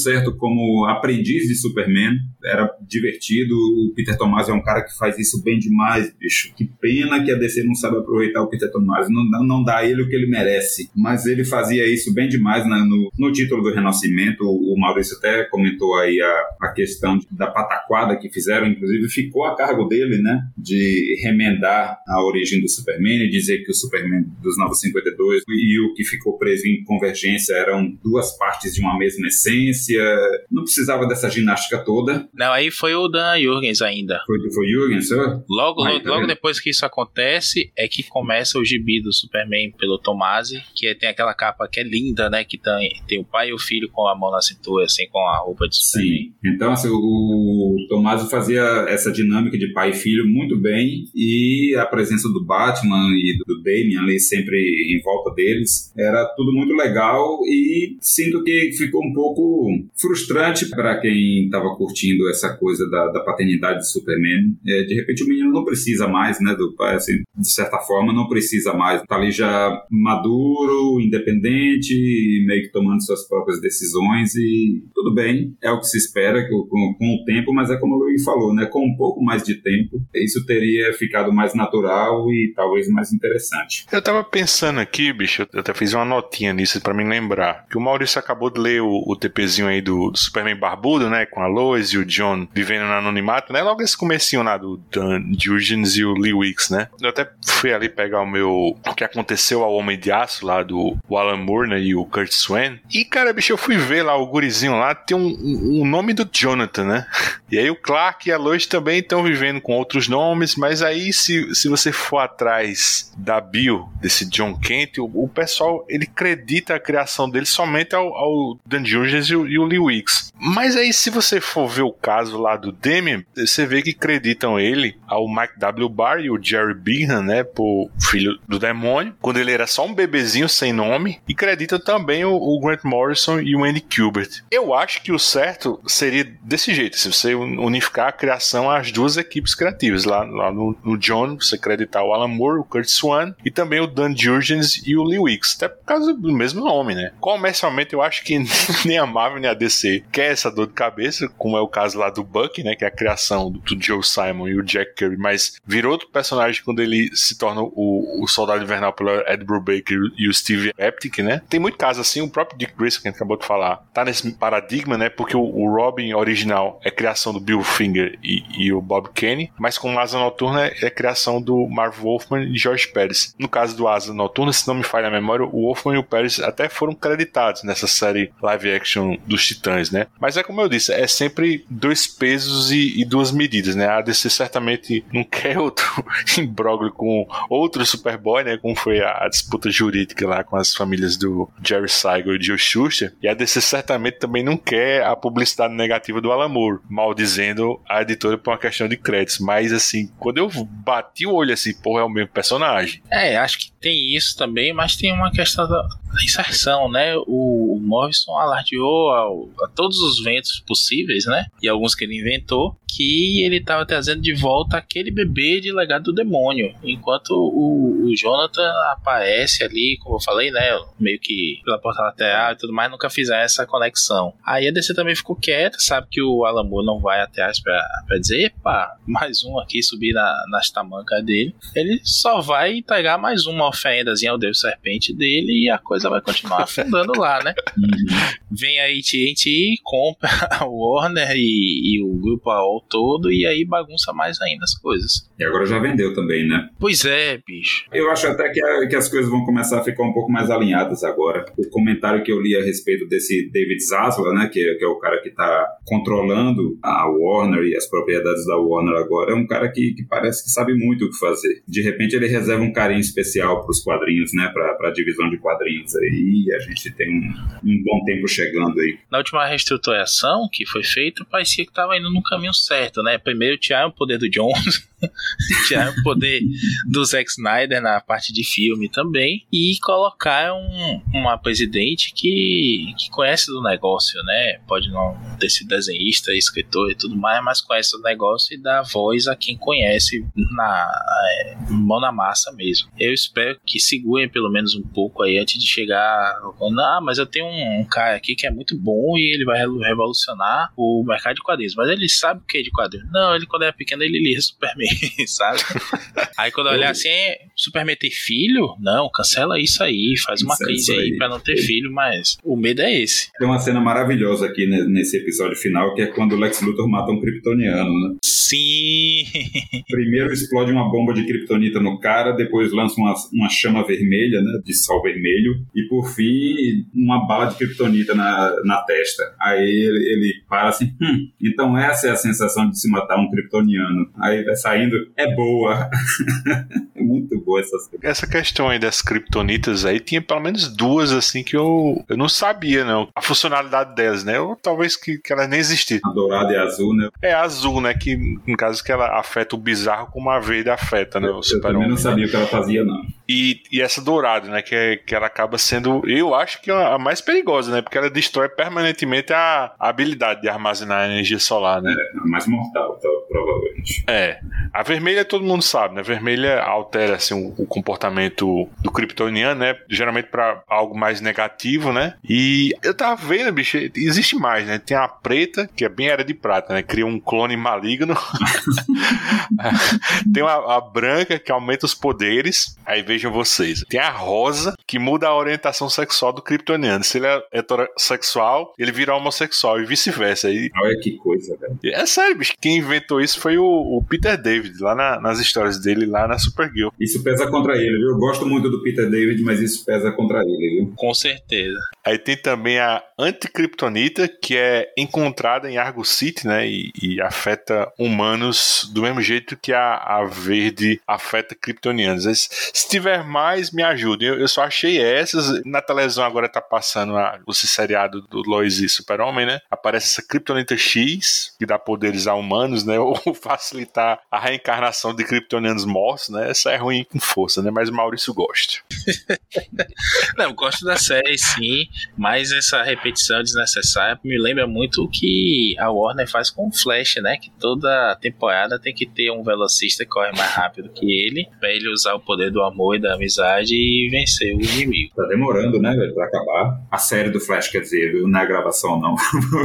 como aprendiz de Superman. Era divertido. O Peter Tomasi é um cara que faz isso bem demais, bicho. Que pena que a D C não sabe aproveitar o Peter Tomasi. Não dá, não dá a ele o que ele merece. Mas ele fazia isso bem demais, né? no, no título do Renascimento. O, o Maurício até comentou aí a, a questão de, da pataquada que fizeram. Inclusive, ficou a cargo dele, né? De remendar a origem do Superman e dizer que o Superman dos Novos cinquenta e dois e o que ficou preso em Convergência eram duas partes de uma mesma essência. Não precisava dessa ginástica toda. Não, aí foi o Dan Jurgens ainda. Foi, foi Jurgens, senhor? Logo, Aí, logo, tá logo vendo? depois que isso acontece, é que começa o gibi do Superman pelo Tomasi, que tem aquela capa que é linda, né? Que tem, tem o pai e o filho com a mão na cintura, assim, com a roupa de Superman. Sim. Então, assim, o Tomasi fazia essa dinâmica de pai e filho muito bem, e a presença do Batman e do Damian ali sempre em volta deles era tudo muito legal, e sinto que ficou um pouco frustrante para quem estava curtindo essa coisa da, da paternidade de Superman. É, de repente o menino não precisa mais, né, do pai, assim, de certa forma não precisa mais, tá ali já maduro, independente, meio que tomando suas próprias decisões, e tudo bem, é o que se espera com, com, com o tempo, mas é como o Luiz falou, né, com um pouco mais de tempo, isso teria ficado mais natural e talvez mais interessante. Eu tava pensando aqui, bicho, eu até fiz uma notinha nisso pra me lembrar, que o Maurício acabou de ler o, o TPzinho aí do, do Superman barbudo, né, com a Lois e o John vivendo no anonimato, né, logo esse comecinho lá do Dan Jurgens e o Lee Weeks, né. Eu até fui ali pegar o meu, o que aconteceu ao Homem de Aço lá do o Alan Moore, né, e o Kurt Swan, e cara, bicho, eu fui ver lá o gurizinho lá, tem um, um, um nome do Jonathan, né, e aí o Clark e a Lois também estão vivendo com outros nomes, mas aí se, se você for atrás da bio desse John Kent, o, o pessoal, ele acredita a criação dele somente ao, ao Dan Jurgens e o, e o Lee Weeks. Mas aí se você for ver o caso lá do Damian, você vê que acreditam ele ao Mike W. Barr e o Jerry Bingham, né, por filho do demônio, quando ele era só um bebezinho sem nome, e acreditam também o, o Grant Morrison e o Andy Kubert. Eu acho que o certo seria desse jeito, se você unificar a criação às duas equipes criativas, lá, lá no, no John, você acreditar o Alan Moore, o Kurt Swan e também o Dan Jurgens e o Lee Weeks, até por causa do mesmo nome, né? Comercialmente eu acho que nem a Marvel nem a D C quer essa dor de cabeça, como é o caso lá do Bucky, né, que é a criação do, do Joe Simon e o Jack Kirby, mas virou outro personagem quando ele se torna o, o Soldado Invernal pelo Ed Brubaker e o Steve Eptic, né? Tem muito caso assim, o próprio Dick Grayson, que a gente acabou de falar, tá nesse paradigma, né, porque o, o Robin original é criação do Bill Finger e, e o Bob Kane, mas com o Asa Noturna é, é criação do Marv Wolfman e George Pérez. No caso do Asa Noturna, se não me falha a memória, o Wolfman e o Pérez até foram creditados nessa série live action dos Titãs, né? Mas é como eu disse, é sempre dois pesos e, e duas medidas, né? A D C certamente não quer outro imbróglio com outro Superboy, né? Como foi a, a disputa jurídica lá com as famílias do Jerry Siegel e Joe Shuster. E a D C certamente também não quer a publicidade negativa do Alan Moore, maldizendo a editora por uma questão de créditos. Mas assim, quando eu bati o olho assim, porra, é o mesmo personagem. É, acho que tem isso também, mas tem uma questão da, da inserção, né? O, o Morrison alardeou ao, a todos os ventos possíveis, né? E alguns que ele inventou, que ele estava trazendo de volta aquele bebê de Legado do Demônio, enquanto o, o Jonathan aparece ali, como eu falei, né, meio que pela porta lateral e tudo mais, nunca fizeram essa conexão. Aí a D C também ficou quieta, sabe que o Alan Moore não vai atrás pra, pra dizer, epa, mais um aqui subir na, nas tamancas dele. Ele só vai entregar mais uma oferendazinha ao Deus Serpente dele e a coisa vai continuar afundando lá, né? Uhum. Vem aí T N T, compra a Warner e, e o grupo A O L todo, e aí bagunça mais ainda as coisas. E agora já vendeu também, né? Pois é, bicho. Eu acho até que, a, que as coisas vão começar a ficar um pouco mais alinhadas agora. O comentário que eu li a respeito desse David Zaslav, né, que, que é o cara que tá controlando a Warner e as propriedades da Warner agora, é um cara que, que parece que sabe muito o que fazer. De repente ele reserva um carinho especial pros quadrinhos, né, pra, pra divisão de quadrinhos aí, e a gente tem um, um bom tempo chegando aí. Na última reestruturação que foi feita, parecia que tava indo no caminho certo, né? Primeiro tiraram o poder do Jones tirar o poder do Zack Snyder na parte de filme também, e colocar um, uma presidente que, que conhece do negócio, né? Pode não ter sido desenhista, escritor e tudo mais, mas conhece o negócio e dá voz a quem conhece na é, mão na massa mesmo. Eu espero que segurem pelo menos um pouco aí antes de chegar. Ah, mas eu tenho um, um cara aqui que é muito bom e ele vai revolucionar o mercado de quadrinhos, mas ele sabe o que é de quadrinhos. Não, ele quando era pequeno ele lia Superman, sabe? Aí quando eu olhar assim, Superman ter filho? Não, cancela isso aí, faz uma Cancela crise aí, aí pra não ter filho, mas o medo é esse. Tem uma cena maravilhosa aqui nesse episódio final, que é quando o Lex Luthor mata um kryptoniano, né? Sim! Primeiro explode uma bomba de kryptonita no cara, depois lança uma, uma chama vermelha, né, de sol vermelho, e por fim, uma bala de kryptonita na, na testa. Aí ele, ele para assim, hum, então essa é a sensação de se matar um kryptoniano. Aí vai saindo, é boa. É muito boa essa cena. Essa questão aí das kryptonitas aí, tinha pelo menos duas, assim, que eu, eu não sabia, não. A funcionalidade delas, né? Ou talvez que, que elas nem existissem. A dourada e a azul, né? É, a azul, né? Que, no caso, que ela afeta o bizarro como a verde afeta, né? Eu, eu também não sabia o que ela fazia, não. E, e essa dourada, né? Que, é, que ela acaba sendo, eu acho que é a mais perigosa, né? Porque ela destrói permanentemente a, a habilidade de armazenar energia solar, né? É, a mais mortal, tá, provavelmente. É. A vermelha todo mundo sabe, né? A vermelha altera, assim, o, o comportamento do kryptoniano, né? Geralmente pra algo mais negativo, né? E eu tava vendo, bicho, existe mais, né? Tem a preta, que é bem era de prata, né? Cria um clone maligno. Tem a, a branca, que aumenta os poderes. Aí vejam vocês. Tem a rosa, que muda a orientação sexual do kryptoniano. Se ele é heterossexual, ele vira homossexual e vice-versa. Aí... Olha que coisa, velho. É sério, bicho. Quem inventou isso foi o, o Peter David, lá na, nas histórias dele, lá na Supergirl. Isso pesa contra ele, viu? Eu gosto muito do Peter David, mas isso pesa contra ele, viu? Com certeza. Aí tem também a anticryptonita, que é encontrada em Argo City, né? E, e afeta humanos do mesmo jeito que a, a verde afeta kryptonianos. Se tiver mais, me ajudem. Eu, eu só achei essas. Na televisão agora tá passando a, o seriado do Lois e Super-Homem, né? Aparece essa kryptonita X, que dá poderes a humanos, né? Ou facilitar a reencarnação de kryptonianos mortos, né? Essa é ruim com força, né? Mas o Maurício gosta. Não, eu gosto da série, sim, mas essa repetição desnecessária me lembra muito o que a Warner faz com o Flash, né? Que toda temporada tem que ter um velocista que corre mais rápido que ele, pra ele usar o poder do amor e da amizade e vencer o inimigo. Tá demorando, né, velho, pra acabar. A série do Flash, quer dizer, viu? Não é a gravação, não.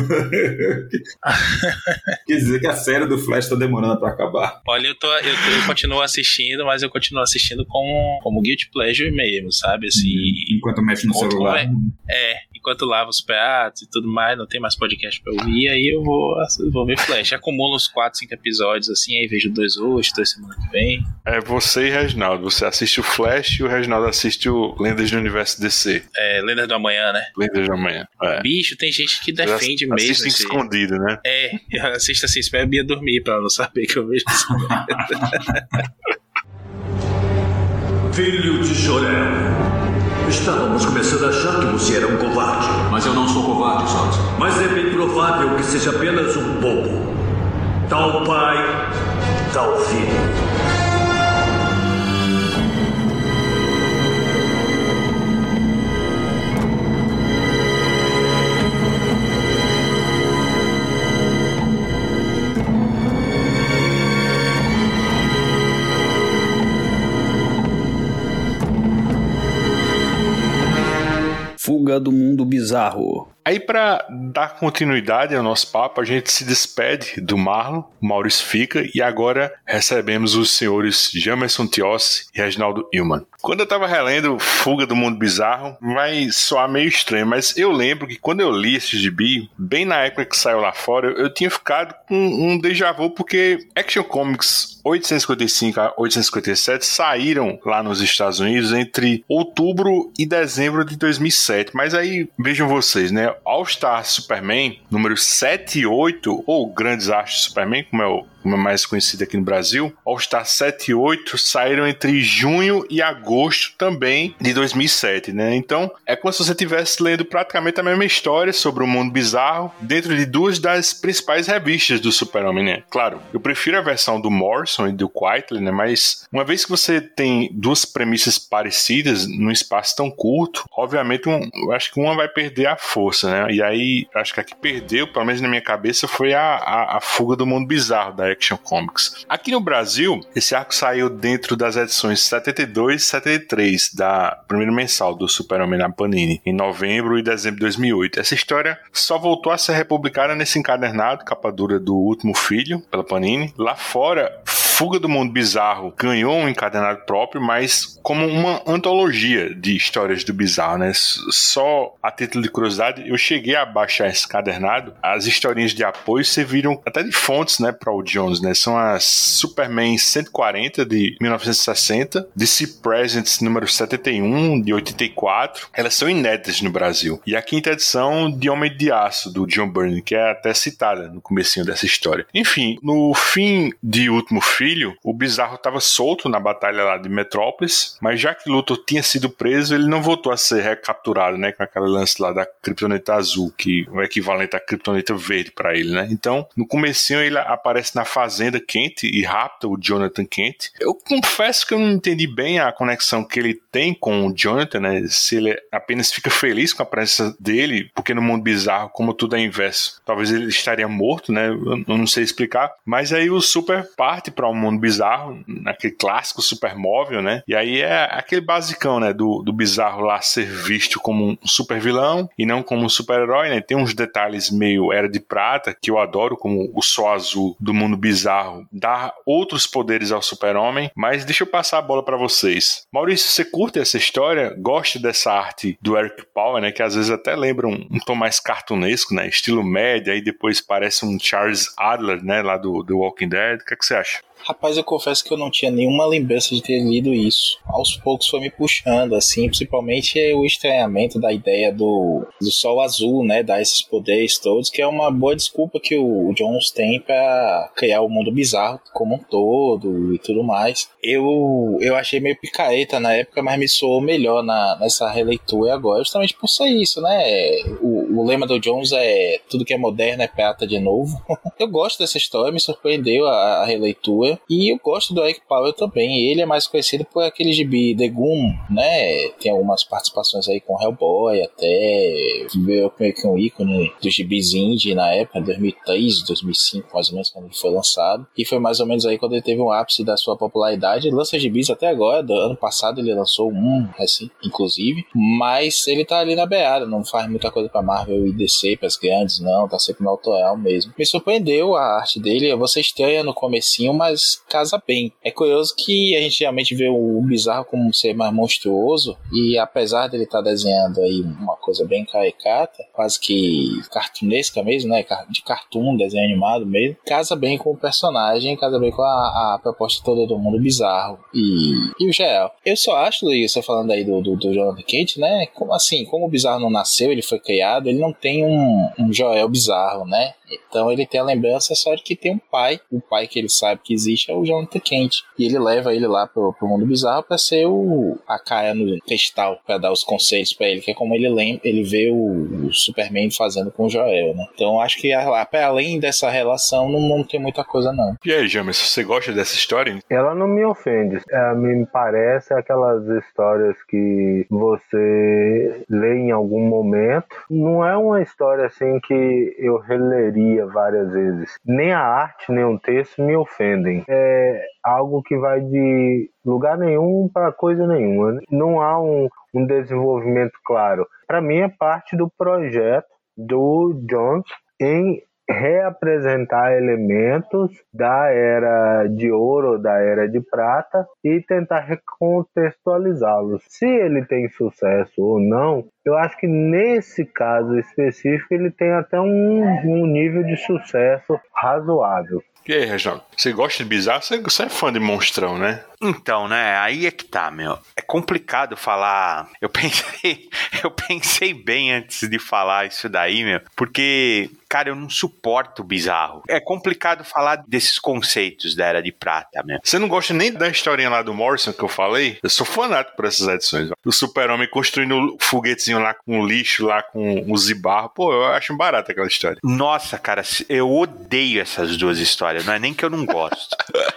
Quer dizer que a série do Flash tá demorando pra acabar. Olha, eu, tô, eu, tô, eu continuo assistindo, mas eu continuo assistindo como, como guilty pleasure mesmo, sabe? Assim, enquanto mexe no celular. É, enquanto lavo os pratos e tudo mais, não tem mais podcast pra ouvir, aí eu vou, vou ver Flash. Acumulo uns quatro, cinco episódios assim, aí vejo dois hoje, dois semana que vem. É você e Reginaldo. Você assiste o Flash e o Reginaldo assiste o Lendas do Universo D C. É, Lendas do Amanhã, né? Lendas do Amanhã. É. Bicho, tem gente que defende eu mesmo. Assiste escondido, né? É, eu assisto assim, espero a Bia dormir pra ela não saber que eu vejo isso. Filho de Jor-El, estávamos começando a achar que você era um covarde. Mas eu não sou covarde, Zod. Mas é bem provável que seja apenas um bobo. Tal pai, tal filho. Fuga do Mundo Bizarro. Aí, para dar continuidade ao nosso papo, a gente se despede do Marlon, o Maurício fica, e agora recebemos os senhores Jamerson Tiossi e Reginaldo Hillman. Quando eu tava relendo Fuga do Mundo Bizarro, vai soar meio estranho, mas eu lembro que quando eu li esse gibi, bem na época que saiu lá fora, eu, eu tinha ficado com um déjà vu, porque Action Comics oitocentos e cinquenta e cinco a oitocentos e cinquenta e sete saíram lá nos Estados Unidos entre outubro e dezembro de dois mil e sete. Mas aí, vejam vocês, né? All Star Superman, número sete e oito, ou Grandes Astros Superman, como é o como é mais conhecida aqui no Brasil, All Star sete e oito saíram entre junho e agosto também de dois mil e sete, né? Então, é como se você estivesse lendo praticamente a mesma história sobre o mundo bizarro dentro de duas das principais revistas do Super-Homem, né? Claro, eu prefiro a versão do Morrison e do Quitely, né? Mas uma vez que você tem duas premissas parecidas num espaço tão curto, obviamente um, eu acho que uma vai perder a força, né? E aí, acho que a que perdeu, pelo menos na minha cabeça, foi a, a, a fuga do mundo bizarro da Action Comics. Aqui no Brasil, esse arco saiu dentro das edições setenta e dois e setenta e três da primeira mensal do Super-Homem na Panini, em novembro e dezembro de dois mil e oito. Essa história só voltou a ser republicada nesse encadernado, capa dura do Último Filho, pela Panini. Lá fora, Fuga do Mundo Bizarro ganhou um encadernado próprio, mas como uma antologia de histórias do bizarro, né? Só a título de curiosidade, eu cheguei a baixar esse encadernado. As historinhas de apoio serviram até de fontes, né, para o Jones, né? São as Superman cento e quarenta de mil novecentos e sessenta, D C Presents número setenta e um de oitenta e quatro. Elas são inéditas no Brasil. E a quinta edição de Homem de Aço do John Byrne, que é até citada no comecinho dessa história. Enfim, no fim de Último Filho, o Bizarro estava solto na batalha lá de Metrópolis, mas já que Luthor tinha sido preso, ele não voltou a ser recapturado, né, com aquele lance lá da Kryptonita Azul, que é o equivalente à Kryptonita Verde para ele, né? Então, no comecinho ele aparece na fazenda Kent e rapta o Jonathan Kent. Eu confesso que eu não entendi bem a conexão que ele tem com o Jonathan, né? Se ele apenas fica feliz com a presença dele, porque no mundo bizarro, como tudo é inverso, talvez ele estaria morto, né? Eu não sei explicar. Mas aí o Super parte para um mundo bizarro, naquele clássico supermóvel, né? E aí é aquele basicão, né? Do, do bizarro lá ser visto como um super vilão e não como um super-herói, né? Tem uns detalhes meio Era de Prata, que eu adoro, como o Sol Azul do mundo bizarro dá outros poderes ao super-homem, mas deixa eu passar a bola para vocês. Maurício, você curte essa história? Gosta dessa arte do Eric Powell, né? Que às vezes até lembra um, um tom mais cartunesco, né? Estilo média, aí depois parece um Charles Adler, né? Lá do The Walking Dead. O que é que você acha? Rapaz, eu confesso que eu não tinha nenhuma lembrança de ter lido isso. Aos poucos foi me puxando, assim, principalmente o estranhamento da ideia do, do Sol Azul, né, dar esses poderes todos, que é uma boa desculpa que o Jones tem pra criar o mundo bizarro como um todo e tudo mais. Eu, eu achei meio picareta na época, mas me soou melhor na, nessa releitura agora, justamente por ser isso, né? O, o lema do Jones é tudo que é moderno é prata de novo. Eu gosto dessa história, me surpreendeu a, a releitura. E eu gosto do Eric Powell também. Ele é mais conhecido por aquele gibi The Goon, né? Tem algumas participações aí com Hellboy, até veio meio que um ícone dos gibis indie na época, dois mil e três, dois mil e cinco, mais ou menos, quando ele foi lançado. E foi mais ou menos aí quando ele teve um ápice da sua popularidade. Ele lança gibis até agora, do ano passado ele lançou um, assim, inclusive. Mas ele tá ali na beirada, não faz muita coisa pra Marvel e D C, pras grandes, não, tá sempre no autoral mesmo. Me surpreendeu a arte dele, você estranha no comecinho, mas casa bem. É curioso que a gente realmente vê o Bizarro como um ser mais monstruoso, e apesar dele estar tá desenhando aí uma coisa bem caricata, quase que cartunesca mesmo, né, de cartoon, desenho animado mesmo, casa bem com o personagem, casa bem com a, a proposta toda do mundo bizarro e, e o geral. Eu só acho, Luiz, você falando aí do, do, do Jonathan Kent, né, como assim, como o Bizarro não nasceu, ele foi criado, ele não tem um, um Joel bizarro, né, então ele tem a lembrança só de que tem um pai, o pai que ele sabe que existe é o Jonathan Kent, e ele leva ele lá pro, pro mundo bizarro pra ser o a cara no cristal, pra dar os conselhos pra ele, que é como ele lembra, ele vê o, o Superman fazendo com o Joel, né? Então acho que a, pra além dessa relação não, não tem muita coisa não. E aí, James, você gosta dessa história? Ela não me ofende, é, me parece aquelas histórias que você lê em algum momento, não é uma história assim que eu releria várias vezes, nem a arte nem o texto me ofendem. É algo que vai de lugar nenhum para coisa nenhuma. Não há um, um desenvolvimento claro. Para mim é parte do projeto do Jones em reapresentar elementos da era de ouro, da era de prata e tentar recontextualizá-los. Se ele tem sucesso ou não, eu acho que nesse caso específico ele tem até um, um nível de sucesso razoável. E aí, Reginaldo, você gosta de bizarro? Você, você é fã de monstrão, né? Então, né, aí é que tá, meu. É complicado falar. Eu pensei, eu pensei bem antes de falar isso daí, meu, porque, cara, eu não suporto o bizarro. É complicado falar desses conceitos da Era de Prata, meu. Você não gosta nem da historinha lá do Morrison que eu falei? Eu sou fanático por essas edições. O Super-Homem construindo o foguetezinho lá com o lixo, lá com o Zibarro. Pô, eu acho barato aquela história. Nossa, cara, eu odeio essas duas histórias. Não é nem que eu não gosto.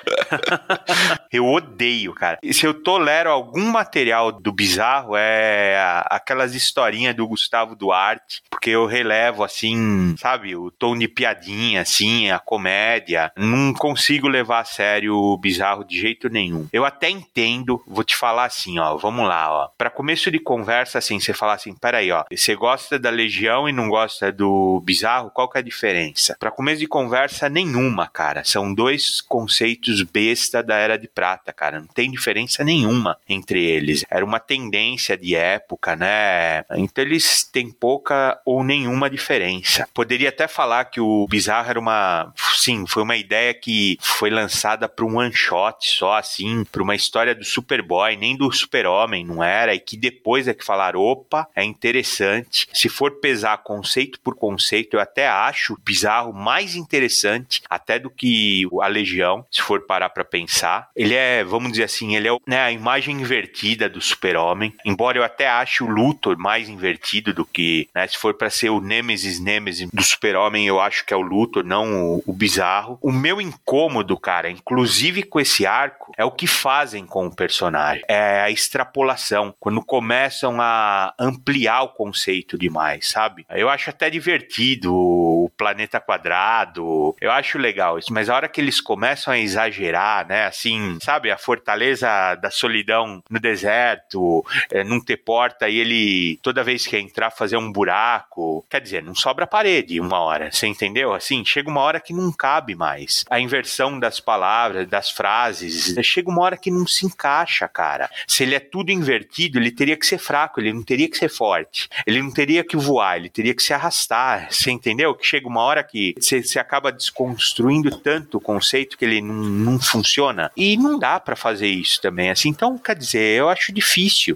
Eu odeio, cara. E se eu tolero algum material do Bizarro, é aquelas historinhas do Gustavo Duarte, porque eu relevo, assim, sabe, o tom de piadinha, assim, a comédia. Não consigo levar a sério o Bizarro de jeito nenhum. Eu até entendo, vou te falar assim, ó, vamos lá, ó. Pra começo de conversa, assim, você fala assim, peraí, ó, você gosta da Legião e não gosta do Bizarro, qual que é a diferença? Pra começo de conversa, nenhuma, cara. São dois conceitos besta da Era de Prata, cara. Não tem diferença nenhuma entre eles. Era uma tendência de época, né? Então eles têm pouca ou nenhuma diferença. Poderia até falar que o Bizarro era uma... Sim, foi uma ideia que foi lançada para um one shot só, assim, para uma história do Superboy, nem do Super-Homem, não era? E que depois é que falaram, opa, é interessante. Se for pesar conceito por conceito, eu até acho o Bizarro mais interessante até do que a Legião, se for parar pra pensar. Ele é, vamos dizer assim, ele é, né, a imagem invertida do Super-Homem, embora eu até ache o Luthor mais invertido do que, né, se for pra ser o Nemesis Nemesis do Super-Homem, eu acho que é o Luthor, não o, o Bizarro. O meu incômodo, cara, inclusive com esse arco, é o que fazem com o personagem. É a extrapolação, quando começam a ampliar o conceito demais, sabe? Eu acho até divertido o planeta quadrado, eu acho legal isso, mas a hora que eles começam a exagerar, né, assim, sabe, a fortaleza da solidão no deserto, é, não ter porta e ele, toda vez que entrar, fazer um buraco, quer dizer, não sobra parede uma hora, você entendeu? Assim, chega uma hora que não cabe mais. A inversão das palavras, das frases, chega uma hora que não se encaixa, cara. Se ele é tudo invertido, ele teria que ser fraco, ele não teria que ser forte, ele não teria que voar, ele teria que se arrastar, você entendeu? Que chega uma hora que você, você acaba desconstruindo tanto o conceito que ele não, não funciona, e não dá pra fazer isso também, assim, então, quer dizer, eu acho difícil.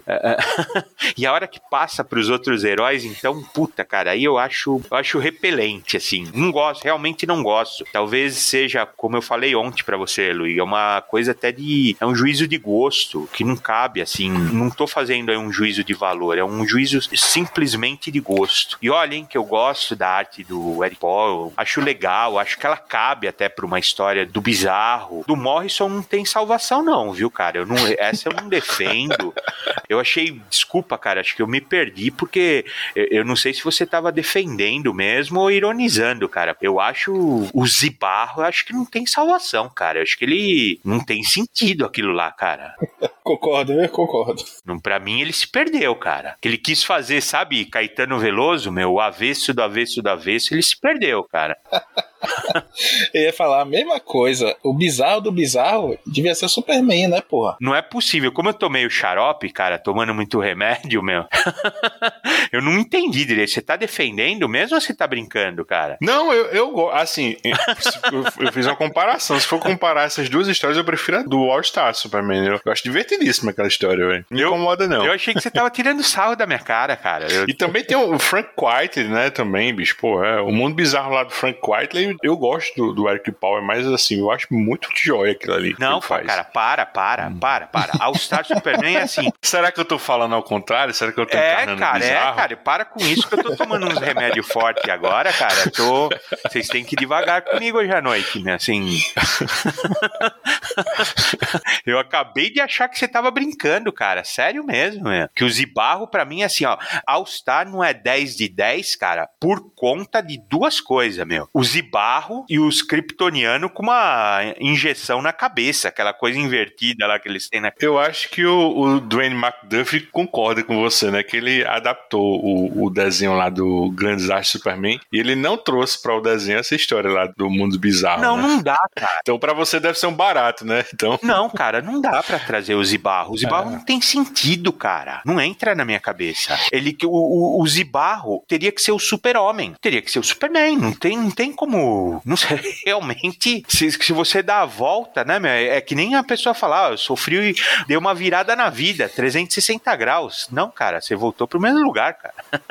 E a hora que passa pros outros heróis, então, puta, cara, aí eu acho, eu acho repelente, assim, não gosto, realmente não gosto. Talvez seja, como eu falei ontem pra você, Luiz, é uma coisa até de, é um juízo de gosto, que não cabe, assim, não tô fazendo aí um juízo de valor, é um juízo simplesmente de gosto. E olhem que eu gosto da arte do Eric Paul, acho legal, acho que ela cabe até pra uma história do Bizarro. Do Morrison não tem salvação não, viu, cara? Eu não, essa eu não defendo. Eu achei, desculpa, cara, acho que eu me perdi, porque eu, eu não sei se você tava defendendo mesmo ou ironizando, cara. Eu acho o Zibarro, eu acho que não tem salvação, cara. Eu acho que ele não tem sentido aquilo lá, cara. Concordo, eu concordo. Não, pra mim ele se perdeu, cara. Que ele quis fazer, sabe, Caetano Veloso, meu, o avesso do avesso do avesso, ele se perdeu, cara. Eu ia falar a mesma coisa. O Bizarro do Bizarro devia ser o Superman, né, porra? Não é possível. Como eu tomei o xarope, cara, tomando muito remédio, meu, eu não entendi direito. Você tá defendendo mesmo ou você tá brincando, cara? Não, eu, eu assim, eu, eu fiz uma comparação. Se for comparar essas duas histórias, eu prefiro a do All Star Superman. Eu, eu acho divertidíssima aquela história, velho. Não me incomoda, não. Eu achei que você tava tirando sarro da minha cara, cara. Eu... E também tem o Frank Whiteley, né, também, bicho. Pô, é, o mundo bizarro lá do Frank Whiteley, eu gosto do, do Eric Power, mas assim, eu acho muito de joia aquilo ali. Não, faz. Cara, para, para, hum. para, para. All Star Superman é assim. Será que eu tô falando ao contrário? Será que eu tô é, encarnando cara, bizarro? É, cara, para com isso que eu tô tomando uns remédios fortes agora, cara. Eu tô... Vocês têm que ir devagar comigo hoje à noite, né? Assim... Eu acabei de achar que você tava brincando, cara. Sério mesmo, meu. Que o Zibarro, pra mim, é assim, ó. All Star não é dez de dez, cara, por conta de duas coisas, meu. O Zibarro e os kryptonianos com uma injeção na cabeça, aquela coisa invertida lá que eles têm na... Eu acho que o, o Dwayne McDuffie concorda com você, né? Que ele adaptou o, o desenho lá do Grande Desastre Superman e ele não trouxe pra o desenho essa história lá do mundo bizarro, Não, né? não dá, cara. Então pra você deve ser um barato, né? Então... Não, cara, cara, não dá pra trazer o Zibarro. O Zibarro é. não tem sentido, cara. Não entra na minha cabeça. Ele, o, o, o Zibarro teria que ser o super-homem. Teria que ser o Superman. Não tem, não tem como... Não sei, realmente, se, se você dá a volta, né, meu, é que nem a pessoa falar, ah, eu sofri e deu uma virada na vida, trezentos e sessenta graus. Não, cara, você voltou pro mesmo lugar, cara.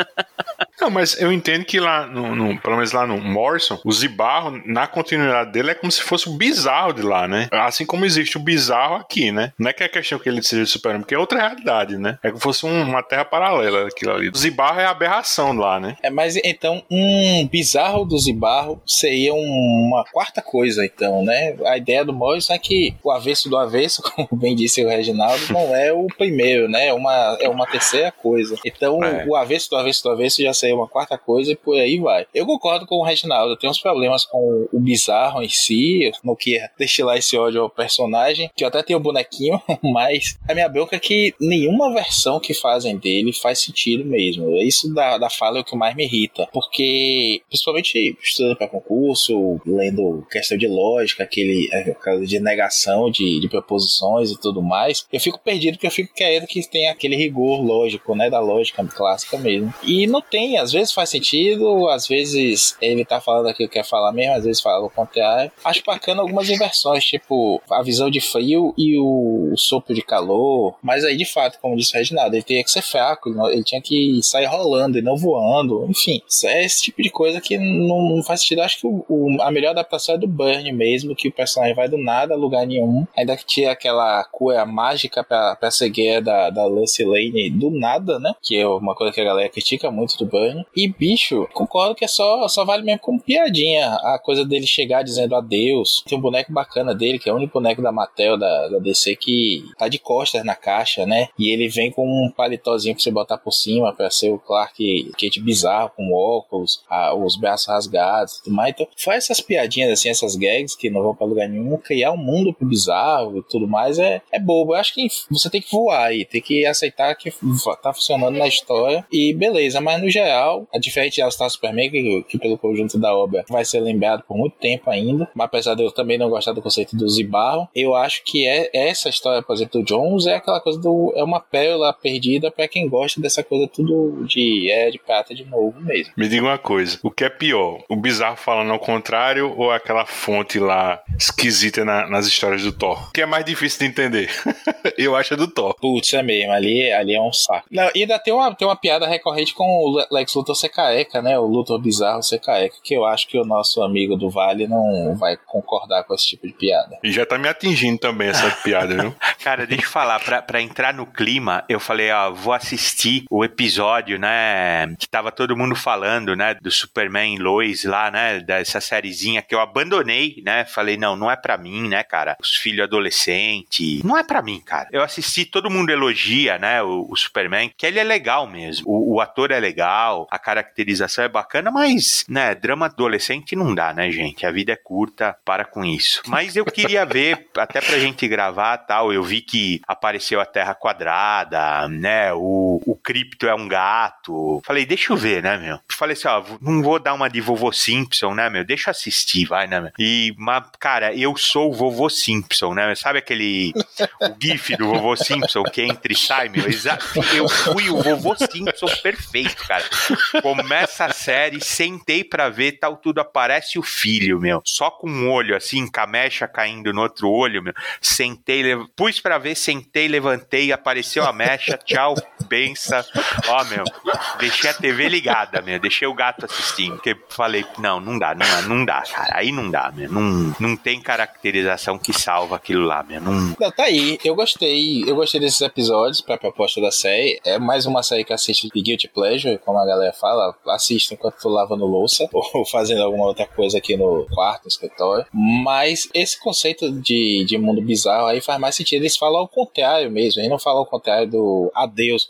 Não, mas eu entendo que lá, no, no, pelo menos lá no Morrison, o Zibarro, na continuidade dele, é como se fosse o Bizarro de lá, né? Assim como existe o Bizarro aqui, né? Não é que é questão que ele seja super-homem, porque é outra realidade, né? É como se fosse um, uma terra paralela aquilo ali. O Zibarro é a aberração lá, né? É, mas então, um Bizarro do Zibarro seria uma quarta coisa, então, né? A ideia do Morrison é que o avesso do avesso, como bem disse o Reginaldo, não é o primeiro, né? É uma, é uma terceira coisa. Então, é. o avesso do avesso do avesso já seria uma quarta coisa e por aí vai. Eu concordo com o Reginaldo, eu tenho uns problemas com o Bizarro em si, no que destilar esse ódio ao personagem, que eu até tenho o bonequinho, mas a minha bronca é que nenhuma versão que fazem dele faz sentido mesmo. Isso da, da fala é o que mais me irrita, porque principalmente estudando para concurso, lendo questão de lógica, aquele de negação de, de proposições e tudo mais, eu fico perdido porque eu fico querendo que tenha aquele rigor lógico, né, da lógica clássica mesmo. E não tem, às vezes faz sentido, às vezes ele tá falando aquilo que quer falar mesmo, às vezes fala o contrário. Acho bacana algumas inversões, tipo a visão de frio e o, o sopro de calor, mas aí de fato, como disse o Reginaldo, ele teria que ser fraco, ele tinha que sair rolando e não voando, enfim, é esse tipo de coisa que não, não faz sentido. Acho que o, o, a melhor adaptação é do Burn mesmo, que o personagem vai do nada a lugar nenhum, ainda que tinha aquela cura mágica pra, pra cegueira da, da Lucy Lane do nada, né, que é uma coisa que a galera critica muito do Burn. E bicho, concordo que é só, só vale mesmo como piadinha a coisa dele chegar dizendo adeus. Tem um boneco bacana dele, que é o único boneco da Mattel, da, da D C, que tá de costas na caixa, né, e ele vem com um paletózinho pra você botar por cima, pra ser o Clark Kent bizarro, com óculos, a, os braços rasgados e tudo mais. Então, faz essas piadinhas assim, essas gags que não vão pra lugar nenhum, criar um mundo pro bizarro e tudo mais é, é bobo. Eu acho que você tem que voar aí, tem que aceitar que tá funcionando na história e beleza, mas no geral, a diferente de All Star Superman, que, que pelo conjunto da obra vai ser lembrado por muito tempo ainda, mas apesar de eu também não gostar do conceito do Zibarro, eu acho que é essa história, por exemplo, do Jones é aquela coisa do, é uma pérola perdida pra quem gosta dessa coisa tudo de é de prata de novo mesmo. Me diga uma coisa, o que é pior, o Bizarro falando ao contrário ou aquela fonte lá esquisita na, nas histórias do Thor? O que é mais difícil de entender? Eu acho é do Thor. Putz, é mesmo, ali, ali é um saco. Não, e ainda tem uma, tem uma piada recorrente com o Lex Luthor ser careca, né, o Luthor Bizarro ser careca, que eu acho que o nosso amigo do Vale não vai concordar com esse tipo de piada. E já tá me atingindo também essa piada, viu? Cara, deixa eu falar, pra, pra entrar no clima, eu falei, ó, vou assistir o episódio, né, que tava todo mundo falando, né, do Superman Lois lá, né, dessa sériezinha que eu abandonei, né, falei, não, não é pra mim, né, cara, os filhos adolescentes, não é pra mim, cara. Eu assisti, todo mundo elogia, né, o, o Superman, que ele é legal mesmo, o, o ator é legal, a caracterização é bacana, mas, né, drama adolescente não dá, né, gente, a vida é curta, para com isso. Mas eu queria ver, até pra gente gravar, tal, eu vi que apareceu a Terra Quadrada, né, o, o Krypto é um gato, falei, deixa eu ver, né, meu, falei assim, ó, não vou dar uma de Vovô Simpson, né, meu, deixa eu assistir, vai, né, meu, e, mas, cara, eu sou o Vovô Simpson, né, sabe aquele, o gif do Vovô Simpson, que entra e sai, meu, exato, eu fui o Vovô Simpson perfeito, cara, começa a série, sentei pra ver, tal, tudo, aparece o filho, meu, só com um olho, assim, com a mecha caindo no outro olho, meu, sentei, lev... pus pra ver, sentei, levantei, apareceu a mecha, tchau, bença, ó, meu, deixei a T V ligada, meu, deixei o gato assistindo, porque falei, não, não dá, não, não dá, cara, aí não dá, meu, não, não tem caracterização que salva aquilo lá, meu, não... Não, tá aí, eu gostei, eu gostei desses episódios pra proposta da série, é mais uma série que assiste de Guilty Pleasure, como a galera fala, assiste enquanto tu lavando louça, ou fazendo alguma outra coisa aqui no quarto, no escritório, mas esse conceito de, de mundo bizarro aí faz mais sentido, eles falam ao contrário mesmo, eles não falam ao contrário do adeus,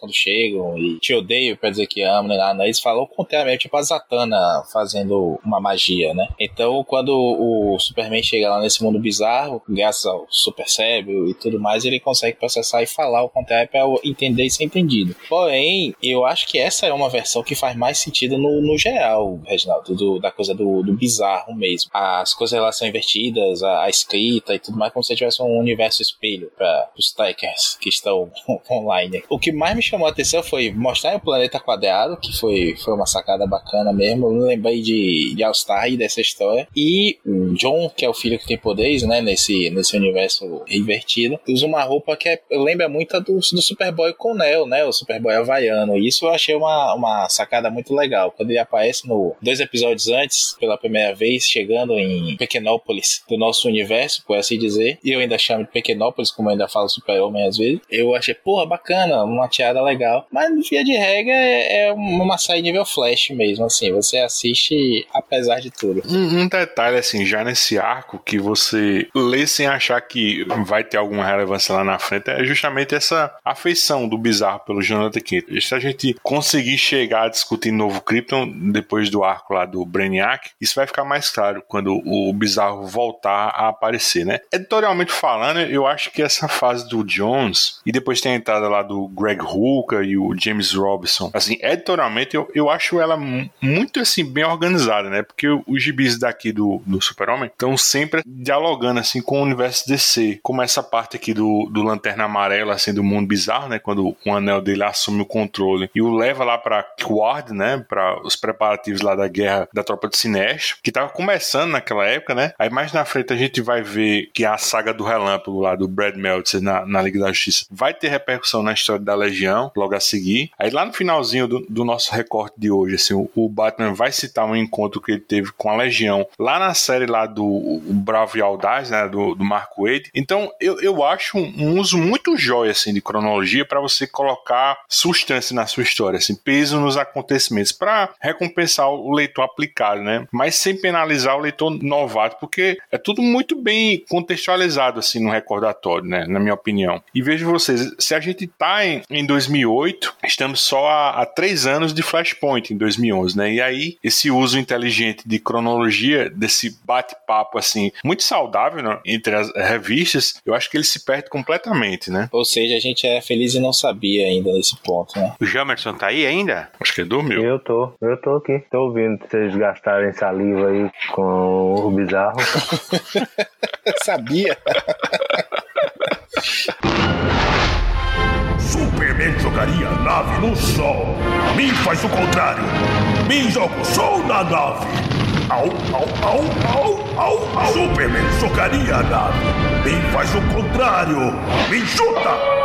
quando chegam e te odeio pra dizer que amam, né? Nada. Eles falam o contrário, tipo a Zatanna fazendo uma magia, né? Então, quando o Superman chega lá nesse mundo bizarro, graças ao super cérebro e tudo mais, ele consegue processar e falar o contrário pra entender e ser entendido. Porém, eu acho que essa é uma versão que faz mais sentido no, no geral, Reginaldo, do, da coisa do, do bizarro mesmo. As coisas elas são invertidas, a, a escrita e tudo mais, como se tivesse um universo espelho para os Tykers que estão online. O que mais me chamou a atenção foi mostrar o planeta quadrado, que foi, foi uma sacada bacana mesmo. Eu me lembrei de, de All-Star e dessa história. E o John, que é o filho que tem poderes, né, nesse, nesse universo invertido, usa uma roupa que é, lembra muito do, do Superboy Connell, né, o Superboy havaiano. E isso eu achei uma, uma sacada muito legal. Quando ele aparece no dois episódios antes, pela primeira vez, chegando em Pequenópolis, do nosso universo, por assim dizer, e eu ainda chamo de Pequenópolis, como eu ainda falo Super-Homem às vezes, eu achei, porra, bacana, uma tiara legal. Mas, via de regra, é, é uma série nível Flash mesmo, assim, você assiste apesar de tudo. Um, um detalhe, assim, já nesse arco que você lê sem achar que vai ter alguma relevância lá na frente, é justamente essa afeição do bizarro pelo Jonathan Kent. Se a gente conseguir chegar a discutir novo Krypton depois do arco lá do Brainiac, isso vai ficar mais claro quando o bizarro voltar a aparecer, né? Editorialmente falando, eu acho que essa fase do Jones, e depois tem a entrada lá do Greg Hooker e o James Robinson, assim, editorialmente eu, eu acho ela muito, assim, bem organizada, né? Porque os gibis daqui do, do Super-Homem estão sempre dialogando, assim, com o universo D C, como essa parte aqui do, do Lanterna Amarela, assim, do mundo bizarro, né? Quando o anel dele assume o controle e o leva lá pra Quard, né? Pra os preparativos lá da guerra da tropa de Sinestro, que tava começando naquela época, né? Aí mais na frente a gente vai ver que a saga do Relâmpago lá do Brad Meltzer na, na Liga da Justiça vai ter repercussão na história da Legião logo a seguir. Aí lá no finalzinho do, do nosso recorte de hoje, assim, o, o Batman vai citar um encontro que ele teve com a Legião lá na série lá do o Bravo e Audaz, né? Do, do Mark Waid. Então eu, eu acho um, um uso muito jóia, assim, de cronologia para você colocar substância na sua história, assim, peso nos acontecimentos, para recompensar o leitor aplicado, né? Mas sem penalizar o leitor novato, porque é tudo muito bem contextualizado, assim, no recordatório, né? Na minha opinião. E vejo vocês, se a gente tá em, em dois mil e oito, estamos só há, há três anos de Flashpoint, em dois mil e onze, né? E aí, esse uso inteligente de cronologia, desse bate-papo, assim, muito saudável, né? Entre as revistas, eu acho que ele se perde completamente, né? Ou seja, a gente era feliz e não sabia ainda nesse ponto, né? O Jamerson tá aí ainda? Acho que ele dormiu. Eu tô, eu tô aqui. Tô ouvindo vocês gastarem saliva aí com o bizarro. Sabia? Superman jogaria a nave no sol. A mim faz o contrário. Mim joga o sol na nave. Au, au, au, au, au, au. Superman jogaria a nave. Mim faz o contrário. Me chuta!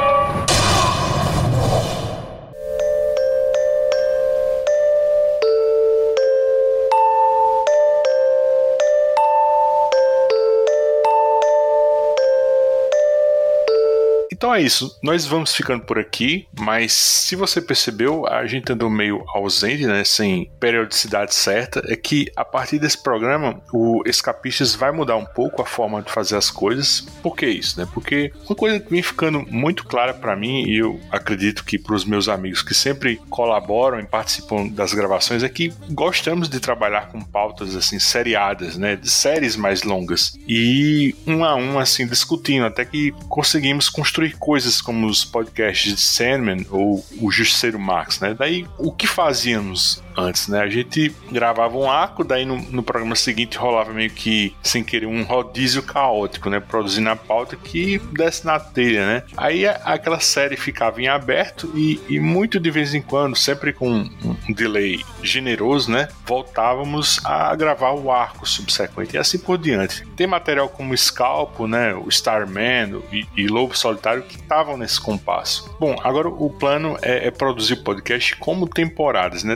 Então é isso, nós vamos ficando por aqui, mas se você percebeu, a gente andou meio ausente, né, sem periodicidade certa, é que a partir desse programa, o Escapistas vai mudar um pouco a forma de fazer as coisas. Por que isso, né? Porque uma coisa que vem ficando muito clara para mim, e eu acredito que para os meus amigos que sempre colaboram e participam das gravações, é que gostamos de trabalhar com pautas assim, seriadas, né, de séries mais longas, e um a um, assim, discutindo, até que conseguimos construir coisas como os podcasts de Sandman ou o Justiceiro Max, né? Daí, o que fazíamos antes, né? A gente gravava um arco, daí no, no programa seguinte rolava meio que, sem querer, um rodízio caótico, né? Produzindo a pauta que desce na telha, né? Aí a, aquela série ficava em aberto e, e muito de vez em quando, sempre com um, um delay generoso, né? Voltávamos a gravar o arco subsequente e assim por diante. Tem material como Scalpo, né? O Starman e, e Lobo Solitário que estavam nesse compasso. Bom, agora o plano é, é produzir o podcast como temporadas, né? Talvez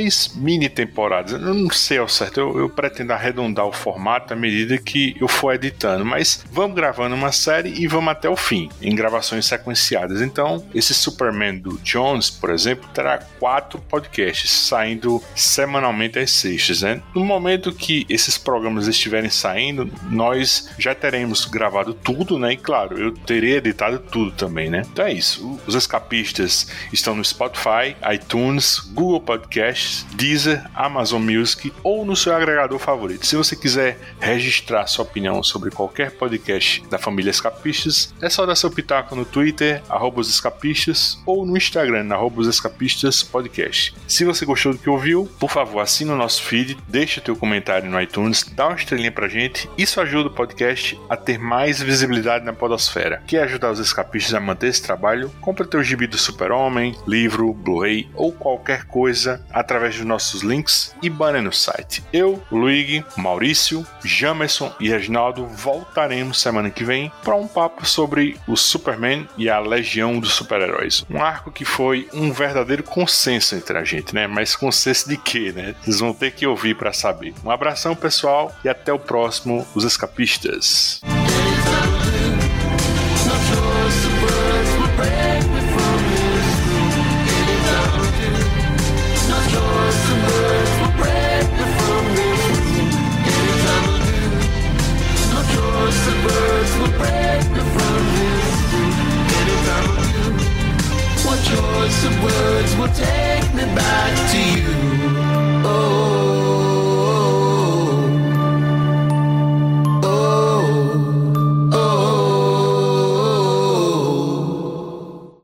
três mini temporadas. Eu não sei ao certo, eu, eu pretendo arredondar o formato à medida que eu for editando, mas vamos gravando uma série e vamos até o fim, em gravações sequenciadas. Então, esse Superman do Jones, por exemplo, terá quatro podcasts saindo semanalmente às sextas, né? No momento que esses programas estiverem saindo, nós já teremos gravado tudo, né? E claro, eu terei editado tudo também, né? Então é isso. Os escapistas estão no Spotify, iTunes, Google Podcasts, Deezer, Amazon Music ou no seu agregador favorito. Se você quiser registrar sua opinião sobre qualquer podcast da família Escapistas, é só dar seu pitaco no Twitter, arroba os escapistas, ou no Instagram, arroba os escapistas podcast. Se você gostou do que ouviu, por favor, assina o nosso feed, deixa teu comentário no iTunes, dá uma estrelinha pra gente. Isso ajuda o podcast a ter mais visibilidade na podosfera. Quer ajudar os escapistas a manter esse trabalho? Compra teu gibi do Super-Homem, livro, Blu-ray ou qualquer coisa através dos nossos links e banner no site. Eu, Luigi, Maurício, Jamerson e Reginaldo voltaremos semana que vem para um papo sobre o Superman e a Legião dos Super-Heróis. Um arco que foi um verdadeiro consenso entre a gente, né? Mas consenso de quê, né? Vocês vão ter que ouvir para saber. Um abração, pessoal, e até o próximo, Os Escapistas. Choice of words will take me back to you.